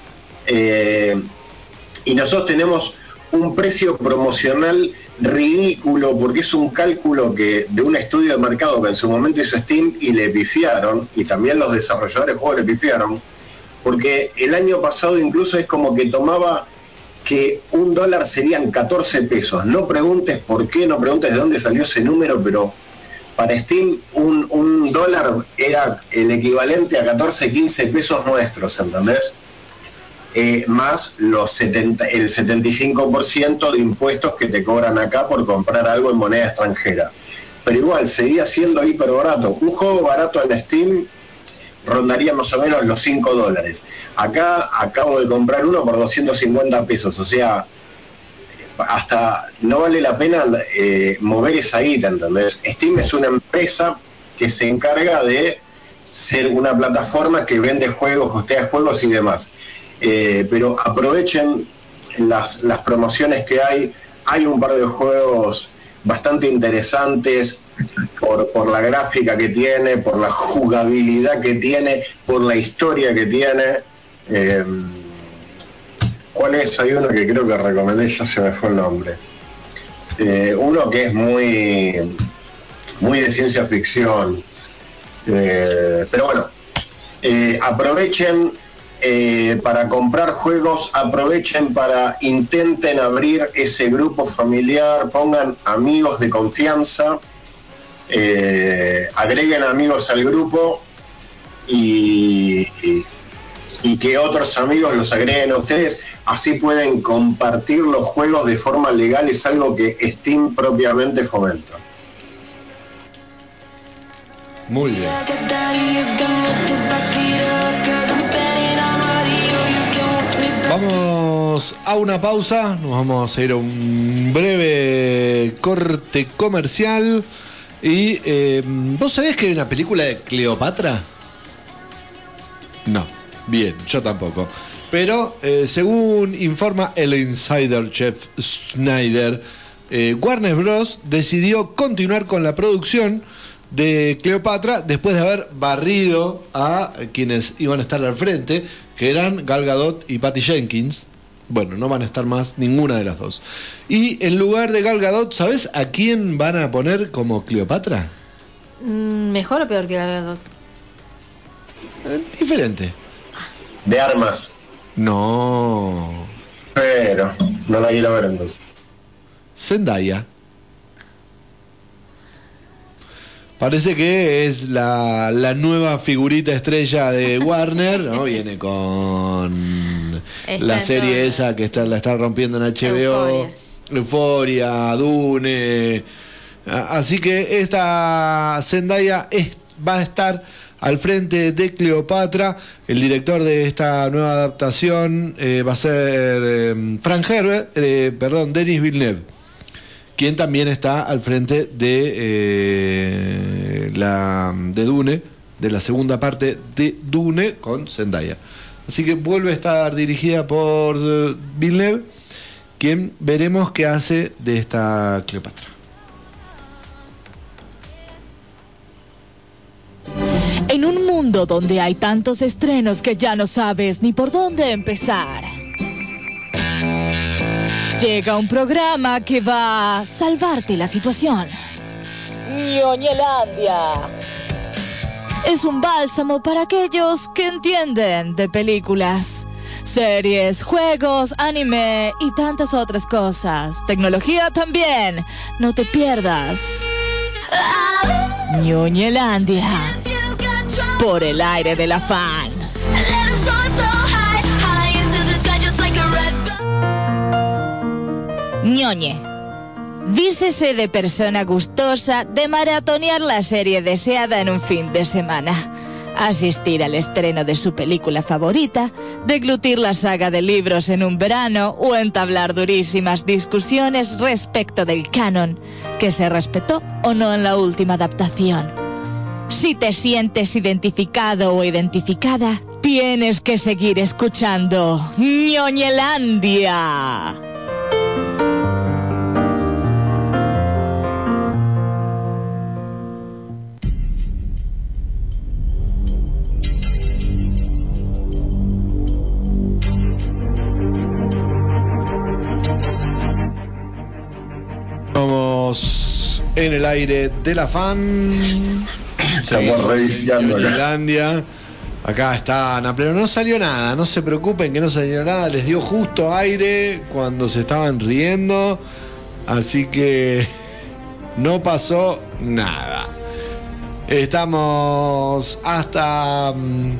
Y nosotros tenemos un precio promocional ridículo, porque es un cálculo de un estudio de mercado que en su momento hizo Steam y le pifiaron, y también los desarrolladores de juegos le pifiaron, porque el año pasado incluso es como que tomaba que $1 serían 14 pesos. No preguntes por qué, no preguntes de dónde salió ese número, pero para Steam un dólar era el equivalente a 14, 15 pesos nuestros, ¿entendés? Más el 75% de impuestos que te cobran acá por comprar algo en moneda extranjera. Pero igual, seguía siendo hiper barato. Un juego barato en Steam rondaría más o menos los $5. Acá acabo de comprar uno por 250 pesos, o sea, hasta no vale la pena mover esa guita, ¿entendés? Steam es una empresa que se encarga de ser una plataforma que vende juegos, hostea juegos y demás. Pero aprovechen las promociones que hay, hay un par de juegos bastante interesantes por la gráfica que tiene, por la jugabilidad que tiene, por la historia que tiene. ¿Cuál es? Hay uno que creo que recomendé, ya se me fue el nombre. Uno que es muy de ciencia ficción. Pero bueno, aprovechen para comprar juegos, aprovechen para intenten abrir ese grupo familiar, pongan amigos de confianza, agreguen amigos al grupo y que otros amigos los agreguen a ustedes, así pueden compartir los juegos de forma legal, es algo que Steam propiamente fomenta. Muy bien. Vamos a una pausa, nos vamos a ir a un breve corte comercial. Y ¿vos sabés que hay una película de Cleopatra? No, bien, yo tampoco. Pero según informa el insider Jeff Snyder, Warner Bros. Decidió continuar con la producción de Cleopatra después de haber barrido a quienes iban a estar al frente, que eran Gal Gadot y Patty Jenkins. Bueno, no van a estar más ninguna de las dos. Y en lugar de Gal Gadot, ¿sabes a quién van a poner como Cleopatra? ¿Mejor o peor que Gal Gadot? Diferente. De armas. No. Pero no la quiero ver entonces. Zendaya. Parece que es la nueva figurita estrella de Warner, ¿no? Viene con la serie esa que la está rompiendo en HBO. Euphoria, Dune. Así que esta Zendaya va a estar al frente de Cleopatra. El director de esta nueva adaptación va a ser Frank Herbert, Denis Villeneuve, quien también está al frente de Dune, de la segunda parte de Dune con Zendaya. Así que vuelve a estar dirigida por Villeneuve, quien veremos qué hace de esta Cleopatra. En un mundo donde hay tantos estrenos que ya no sabes ni por dónde empezar, llega un programa que va a salvarte la situación. Ñoñelandia. Es un bálsamo para aquellos que entienden de películas, series, juegos, anime y tantas otras cosas. Tecnología también. No te pierdas Ñoñelandia por el aire de la fan. Ñoñe. Dícese de persona gustosa de maratonear la serie deseada en un fin de semana, asistir al estreno de su película favorita, deglutir la saga de libros en un verano o entablar durísimas discusiones respecto del canon, que se respetó o no en la última adaptación. Si te sientes identificado o identificada, tienes que seguir escuchando Ñoñelandia. Estamos en el aire de la fan. Estamos revisando Finlandia. Acá están a pleno. No salió nada, no se preocupen que no salió nada. Les dio justo aire cuando se estaban riendo. Así que no pasó nada. Estamos hasta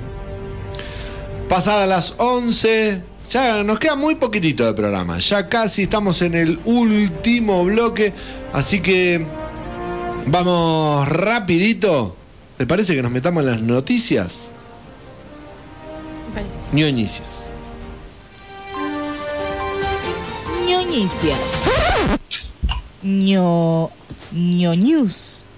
pasadas las 11. Ya nos queda muy poquitito de programa. Ya casi estamos en el último bloque. Así que vamos rapidito. ¿Les parece que nos metamos en las noticias? Me parece. Ñoñicias. Ñoñus.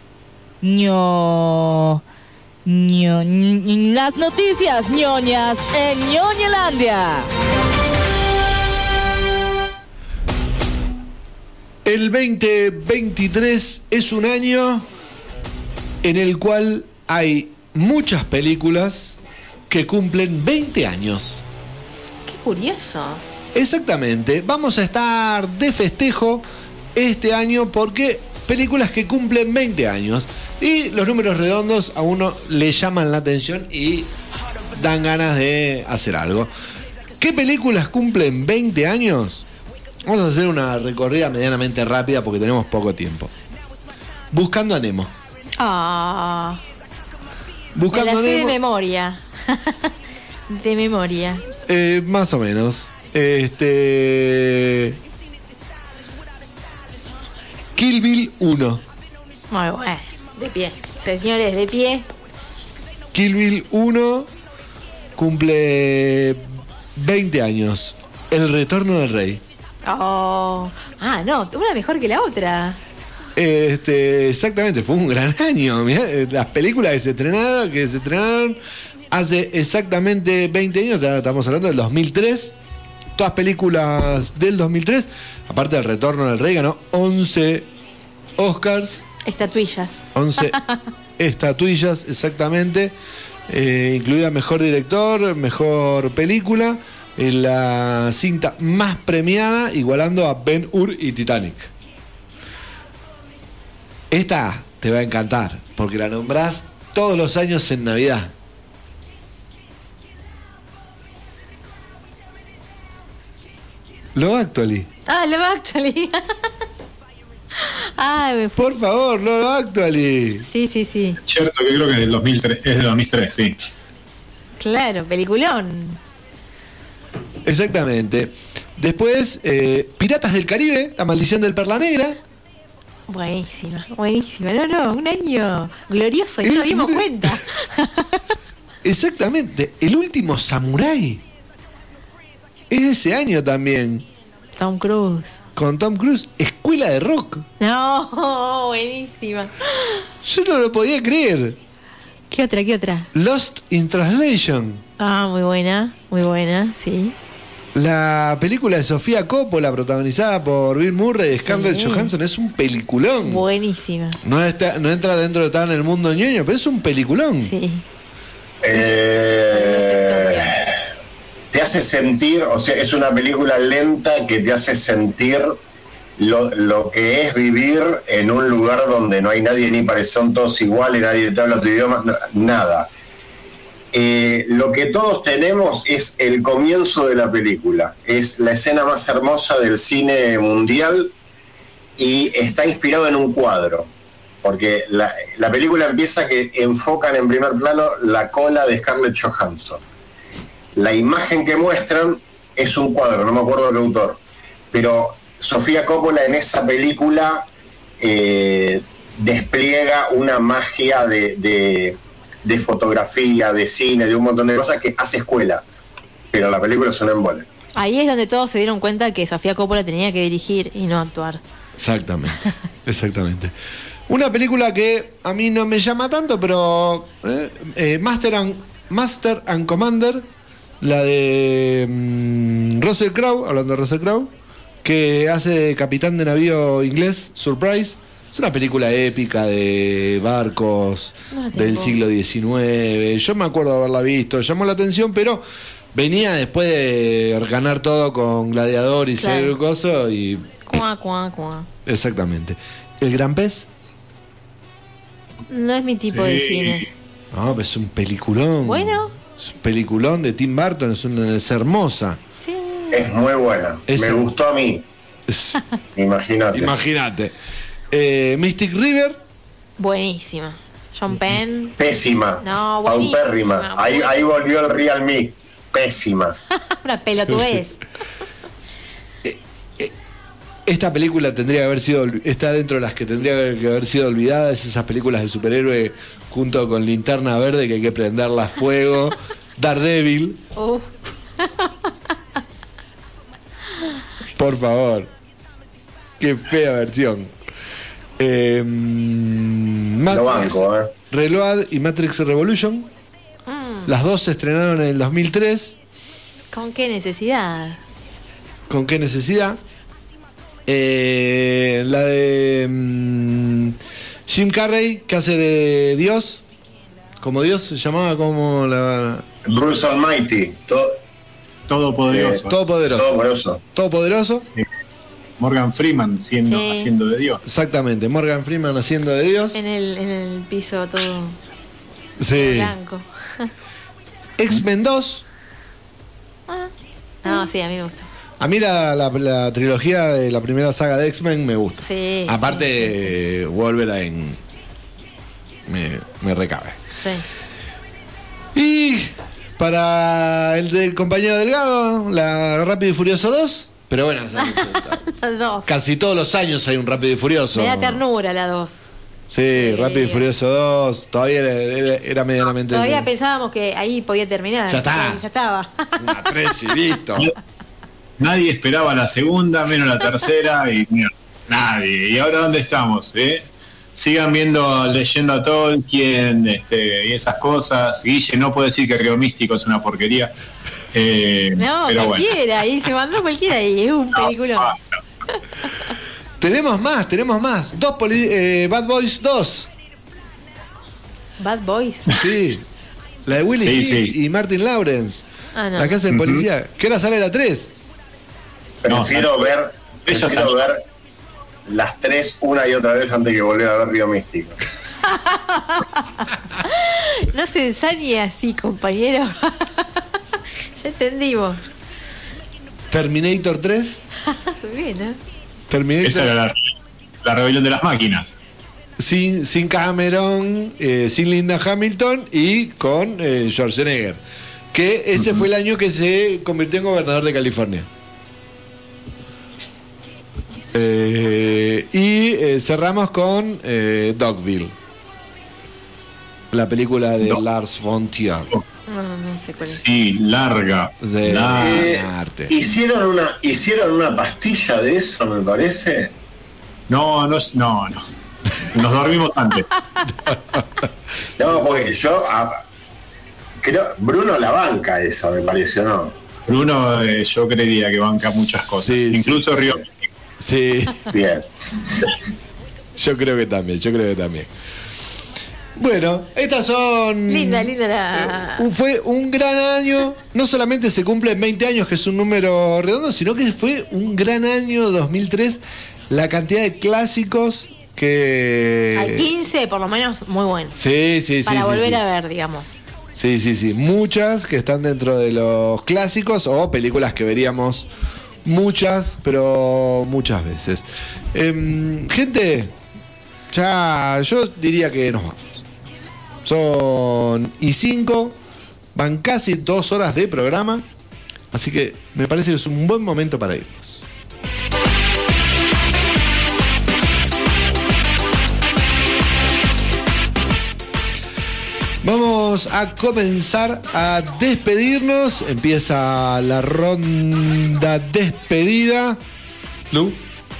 Las noticias ñoñas en Ñoñelandia. El 2023 es un año en el cual hay muchas películas que cumplen 20 años. Qué curioso. Exactamente, vamos a estar de festejo este año porque películas que cumplen 20 años y los números redondos a uno le llaman la atención y dan ganas de hacer algo. ¿Qué películas cumplen 20 años? Vamos a hacer una recorrida medianamente rápida porque tenemos poco tiempo. Buscando a Nemo. Ah. Buscando Me la a sé Nemo. de memoria. De memoria. Más o menos. Kill Bill 1. Muy bueno. De pie. Señores, de pie. Kill Bill 1 cumple 20 años. El retorno del rey. Oh. Ah, no, una mejor que la otra. Exactamente, fue un gran año. Mirá, las películas que se estrenaron hace exactamente 20 años, estamos hablando del 2003. Todas películas del 2003, aparte del retorno del rey, ganó 11 Oscars. Estatuillas. 11 estatuillas, exactamente. Incluida mejor director, mejor película, la cinta más premiada, igualando a Ben-Hur y Titanic. Esta te va a encantar, porque la nombrás todos los años en Navidad. Love Actually. Ah, Love Actually. Ay, Por favor, Love Actually. sí. Cierto que creo que es del 2003, es del 2003, sí. Claro, peliculón. Exactamente. Después, Piratas del Caribe, La Maldición del Perla Negra. Buenísima. No, un año glorioso y no nos dimos cuenta. Exactamente. El último Samurái. Es ese año también. Tom Cruise. Con Tom Cruise. Escuela de Rock. No, buenísima. Yo no lo podía creer. ¿Qué otra? Lost in Translation. Ah, muy buena, sí. La película de Sofía Coppola, protagonizada por Bill Murray y Scarlett Sí. Johansson, es un peliculón. Buenísima. No entra dentro de estar en el mundo ñoño, pero es un peliculón. Sí. Te hace sentir, o sea, es una película lenta que te hace sentir lo que es vivir en un lugar donde no hay nadie, ni son todos iguales, nadie te habla tu idioma, nada. Lo que todos tenemos es el comienzo de la película, es la escena más hermosa del cine mundial y está inspirado en un cuadro, porque la película empieza que enfocan en primer plano la cola de Scarlett Johansson. La imagen que muestran es un cuadro, no me acuerdo qué autor, pero Sofía Coppola en esa película despliega una magia de fotografía, de cine, de un montón de cosas que hace escuela, pero la película es un embole. Ahí es donde todos se dieron cuenta que Sofía Coppola tenía que dirigir y no actuar. Exactamente. Una película que a mí no me llama tanto, pero Master and Commander, la de Russell Crowe, hablando de Russell Crowe, que hace de capitán de navío inglés, Surprise. Es una película épica de barcos del siglo XIX. Yo me acuerdo de haberla visto, llamó la atención, pero venía después de ganar todo con Gladiador y ser coso y... Cuá. Exactamente. El Gran Pez. No es mi tipo de cine. No, pero es un peliculón. Bueno. Es un peliculón de Tim Burton, es hermosa. Sí. Es muy buena, me gustó a mí. Imagínate. Mystic River. Buenísima. John Penn. Pésima. No, buenísima. Paupérrima. Ahí volvió el Real Me. Pésima. Una pelotudez. Esta película tendría que haber sido, está dentro de las que tendría que haber sido olvidadas, esas películas de superhéroe junto con Linterna Verde que hay que prenderla a fuego, Daredevil. Por favor. Qué fea versión. Matrix Reload y Matrix Revolution. Las dos se estrenaron en el 2003. ¿Con qué necesidad? ¿Con qué necesidad? La de Jim Carrey, que hace de Dios. Como Dios se llamaba, como la... Bruce Almighty. Todopoderoso. Todopoderoso. Morgan Freeman haciendo de Dios. Exactamente, Morgan Freeman haciendo de Dios. En el piso todo blanco. X-Men 2. No, sí, a mí me gusta. A mí la trilogía de la primera saga de X-Men me gusta. Sí. Aparte, Wolverine me recabe. Sí. Y para el del compañero Delgado, la Rápido y Furioso 2. Pero bueno, Las dos. casi todos los años hay un Rápido y Furioso. Me da ternura la 2. Sí, Rápido y Furioso 2. Todavía era medianamente. Todavía pensábamos que ahí podía terminar. Ya está. Ya estaba. Una 3 y listo. Nadie esperaba la segunda, menos la tercera, y mira, nadie. ¿Y ahora dónde estamos? Sigan leyendo a Tolkien y esas cosas. Guille no puede decir que Río Místico es una porquería. No, pero cualquiera, bueno. ahí se mandó cualquiera y es un película. Tenemos más. Bad Boys 2. Bad Boys. Sí. La de Willy Smith y Martin Lawrence. No. La casa de policía. ¿Qué hora sale la 3? Prefiero ver las 3 una y otra vez antes que volver a ver Río Místico. No se ensañe así, compañero. Ya entendimos. Terminator 3. Bien, ¿no? Terminator. Esa era la rebelión de las máquinas. Sin Cameron, sin Linda Hamilton y con Schwarzenegger. Que ese fue el año que se convirtió en gobernador de California. Cerramos con Dogville. La película de Lars von Trier. No sé cuál es. Sí, larga. Arte. ¿Hicieron una pastilla de eso, me parece? No. Nos dormimos antes. No, porque yo creo Bruno la banca esa, me pareció, ¿no? Bruno, yo creería que banca muchas cosas. Sí, incluso Río. Sí. Bien. Yo creo que también. Bueno, estas son... Linda la... Fue un gran año. No solamente se cumplen 20 años, que es un número redondo, sino que fue un gran año 2003. La cantidad de clásicos que... Hay 15, por lo menos, muy buenos. Sí. Para volver a ver, digamos. Sí. Muchas que están dentro de los clásicos o películas que veríamos pero muchas veces. Gente, ya yo diría que nos vamos. Son y 5, van casi 2 horas de programa, así que me parece que es un buen momento para irnos. Vamos a comenzar a despedirnos. Empieza la ronda despedida. Lu,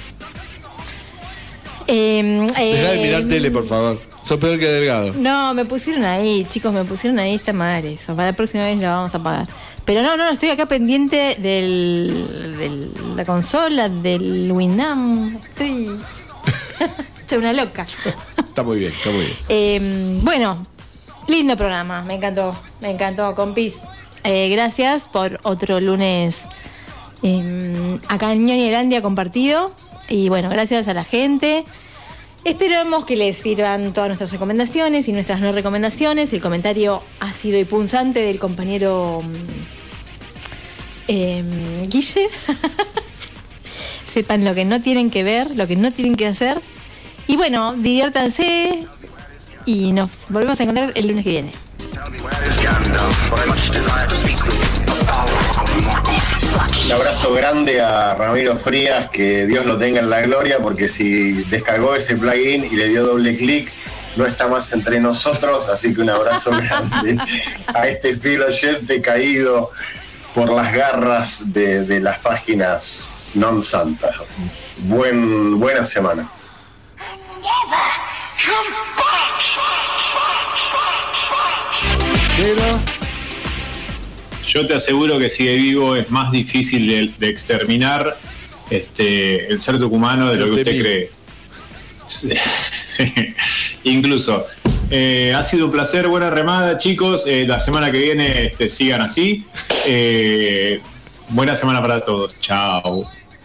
deja de mirar tele, por favor. Sos peor que Delgado. No, me pusieron ahí, chicos, está mal eso. Para la próxima vez lo vamos a pagar. Pero no, estoy acá pendiente de la consola, del Winamp. Estoy una loca. Está muy bien. Bueno, lindo programa, me encantó, compis. Gracias por otro lunes acá en Ñoñelandia compartido. Y bueno, gracias a la gente. Esperamos que les sirvan todas nuestras recomendaciones y nuestras no recomendaciones. El comentario ácido y punzante del compañero Guille. Sepan lo que no tienen que ver, lo que no tienen que hacer. Y bueno, diviértanse y nos volvemos a encontrar el lunes que viene. Un abrazo grande a Ramiro Frías, que Dios lo tenga en la gloria, porque si descargó ese plugin y le dio doble clic, no está más entre nosotros, así que un abrazo grande a este fiel oyente caído por las garras de las páginas non santas. Buena semana. Pero yo te aseguro que sigue vivo es más difícil de exterminar el ser tucumano de lo que usted cree. Sí. Incluso. Ha sido un placer, buena remada, chicos. La semana que viene sigan así. Buena semana para todos. Chao.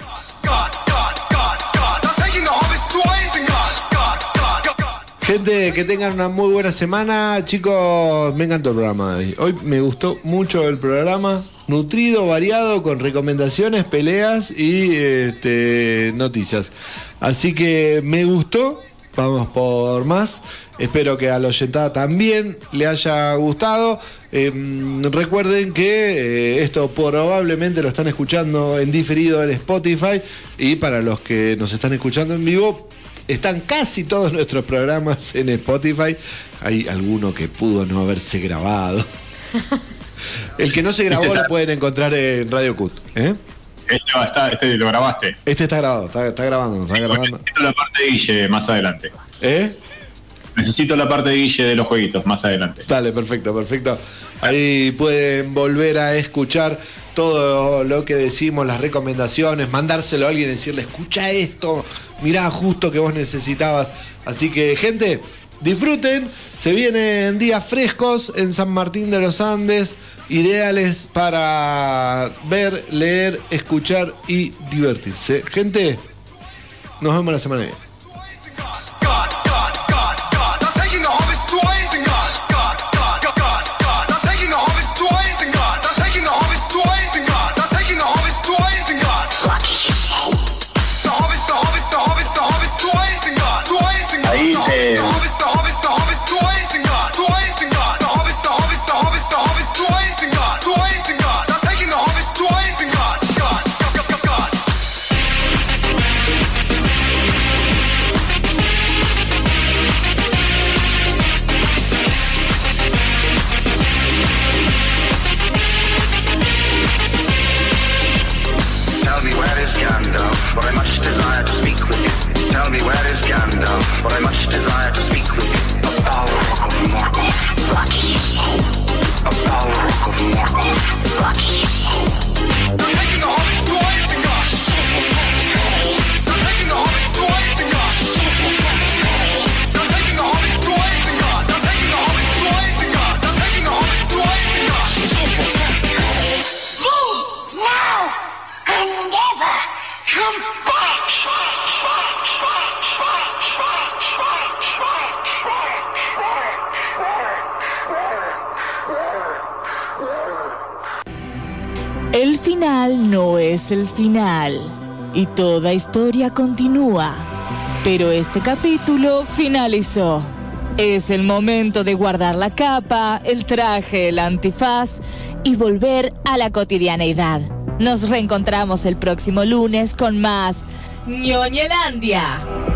Gente, que tengan una muy buena semana. Chicos, me encantó el programa de hoy. Hoy me gustó mucho el programa. Nutrido, variado, con recomendaciones, peleas y noticias. Así que me gustó. Vamos por más. Espero que a la oyentada también le haya gustado. Recuerden que esto probablemente lo están escuchando en diferido en Spotify. Y para los que nos están escuchando en vivo, están casi todos nuestros programas en Spotify. Hay alguno que pudo no haberse grabado. El que no se grabó lo pueden encontrar en Radio Cut. Este lo grabaste. Este está grabado, está grabando. Necesito la parte de Guille más adelante. Necesito la parte de Guille de los jueguitos más adelante. Dale, perfecto. Ahí pueden volver a escuchar todo lo que decimos, las recomendaciones, mandárselo a alguien y decirle, escucha esto, mirá, justo que vos necesitabas. Así que, gente, disfruten. Se vienen días frescos en San Martín de los Andes, ideales para ver, leer, escuchar y divertirse. Gente, nos vemos la semana que viene. For I much desire to speak with you. Tell me where is Gandalf? For I much desire to speak with you. A Balrog of Morgoth. What did you say? A Balrog of Morgoth. What did you say? They're taking the hobbits to Isengard. They're taking the hobbits to Isengard. They're taking the hobbits to Isengard. They're taking the hobbits to Isengard. They're taking the hobbits to Isengard. Move now and never come back. El final no es el final y toda historia continúa, pero este capítulo finalizó. Es el momento de guardar la capa, el traje, el antifaz y volver a la cotidianeidad. Nos reencontramos el próximo lunes con más Ñoñelandia.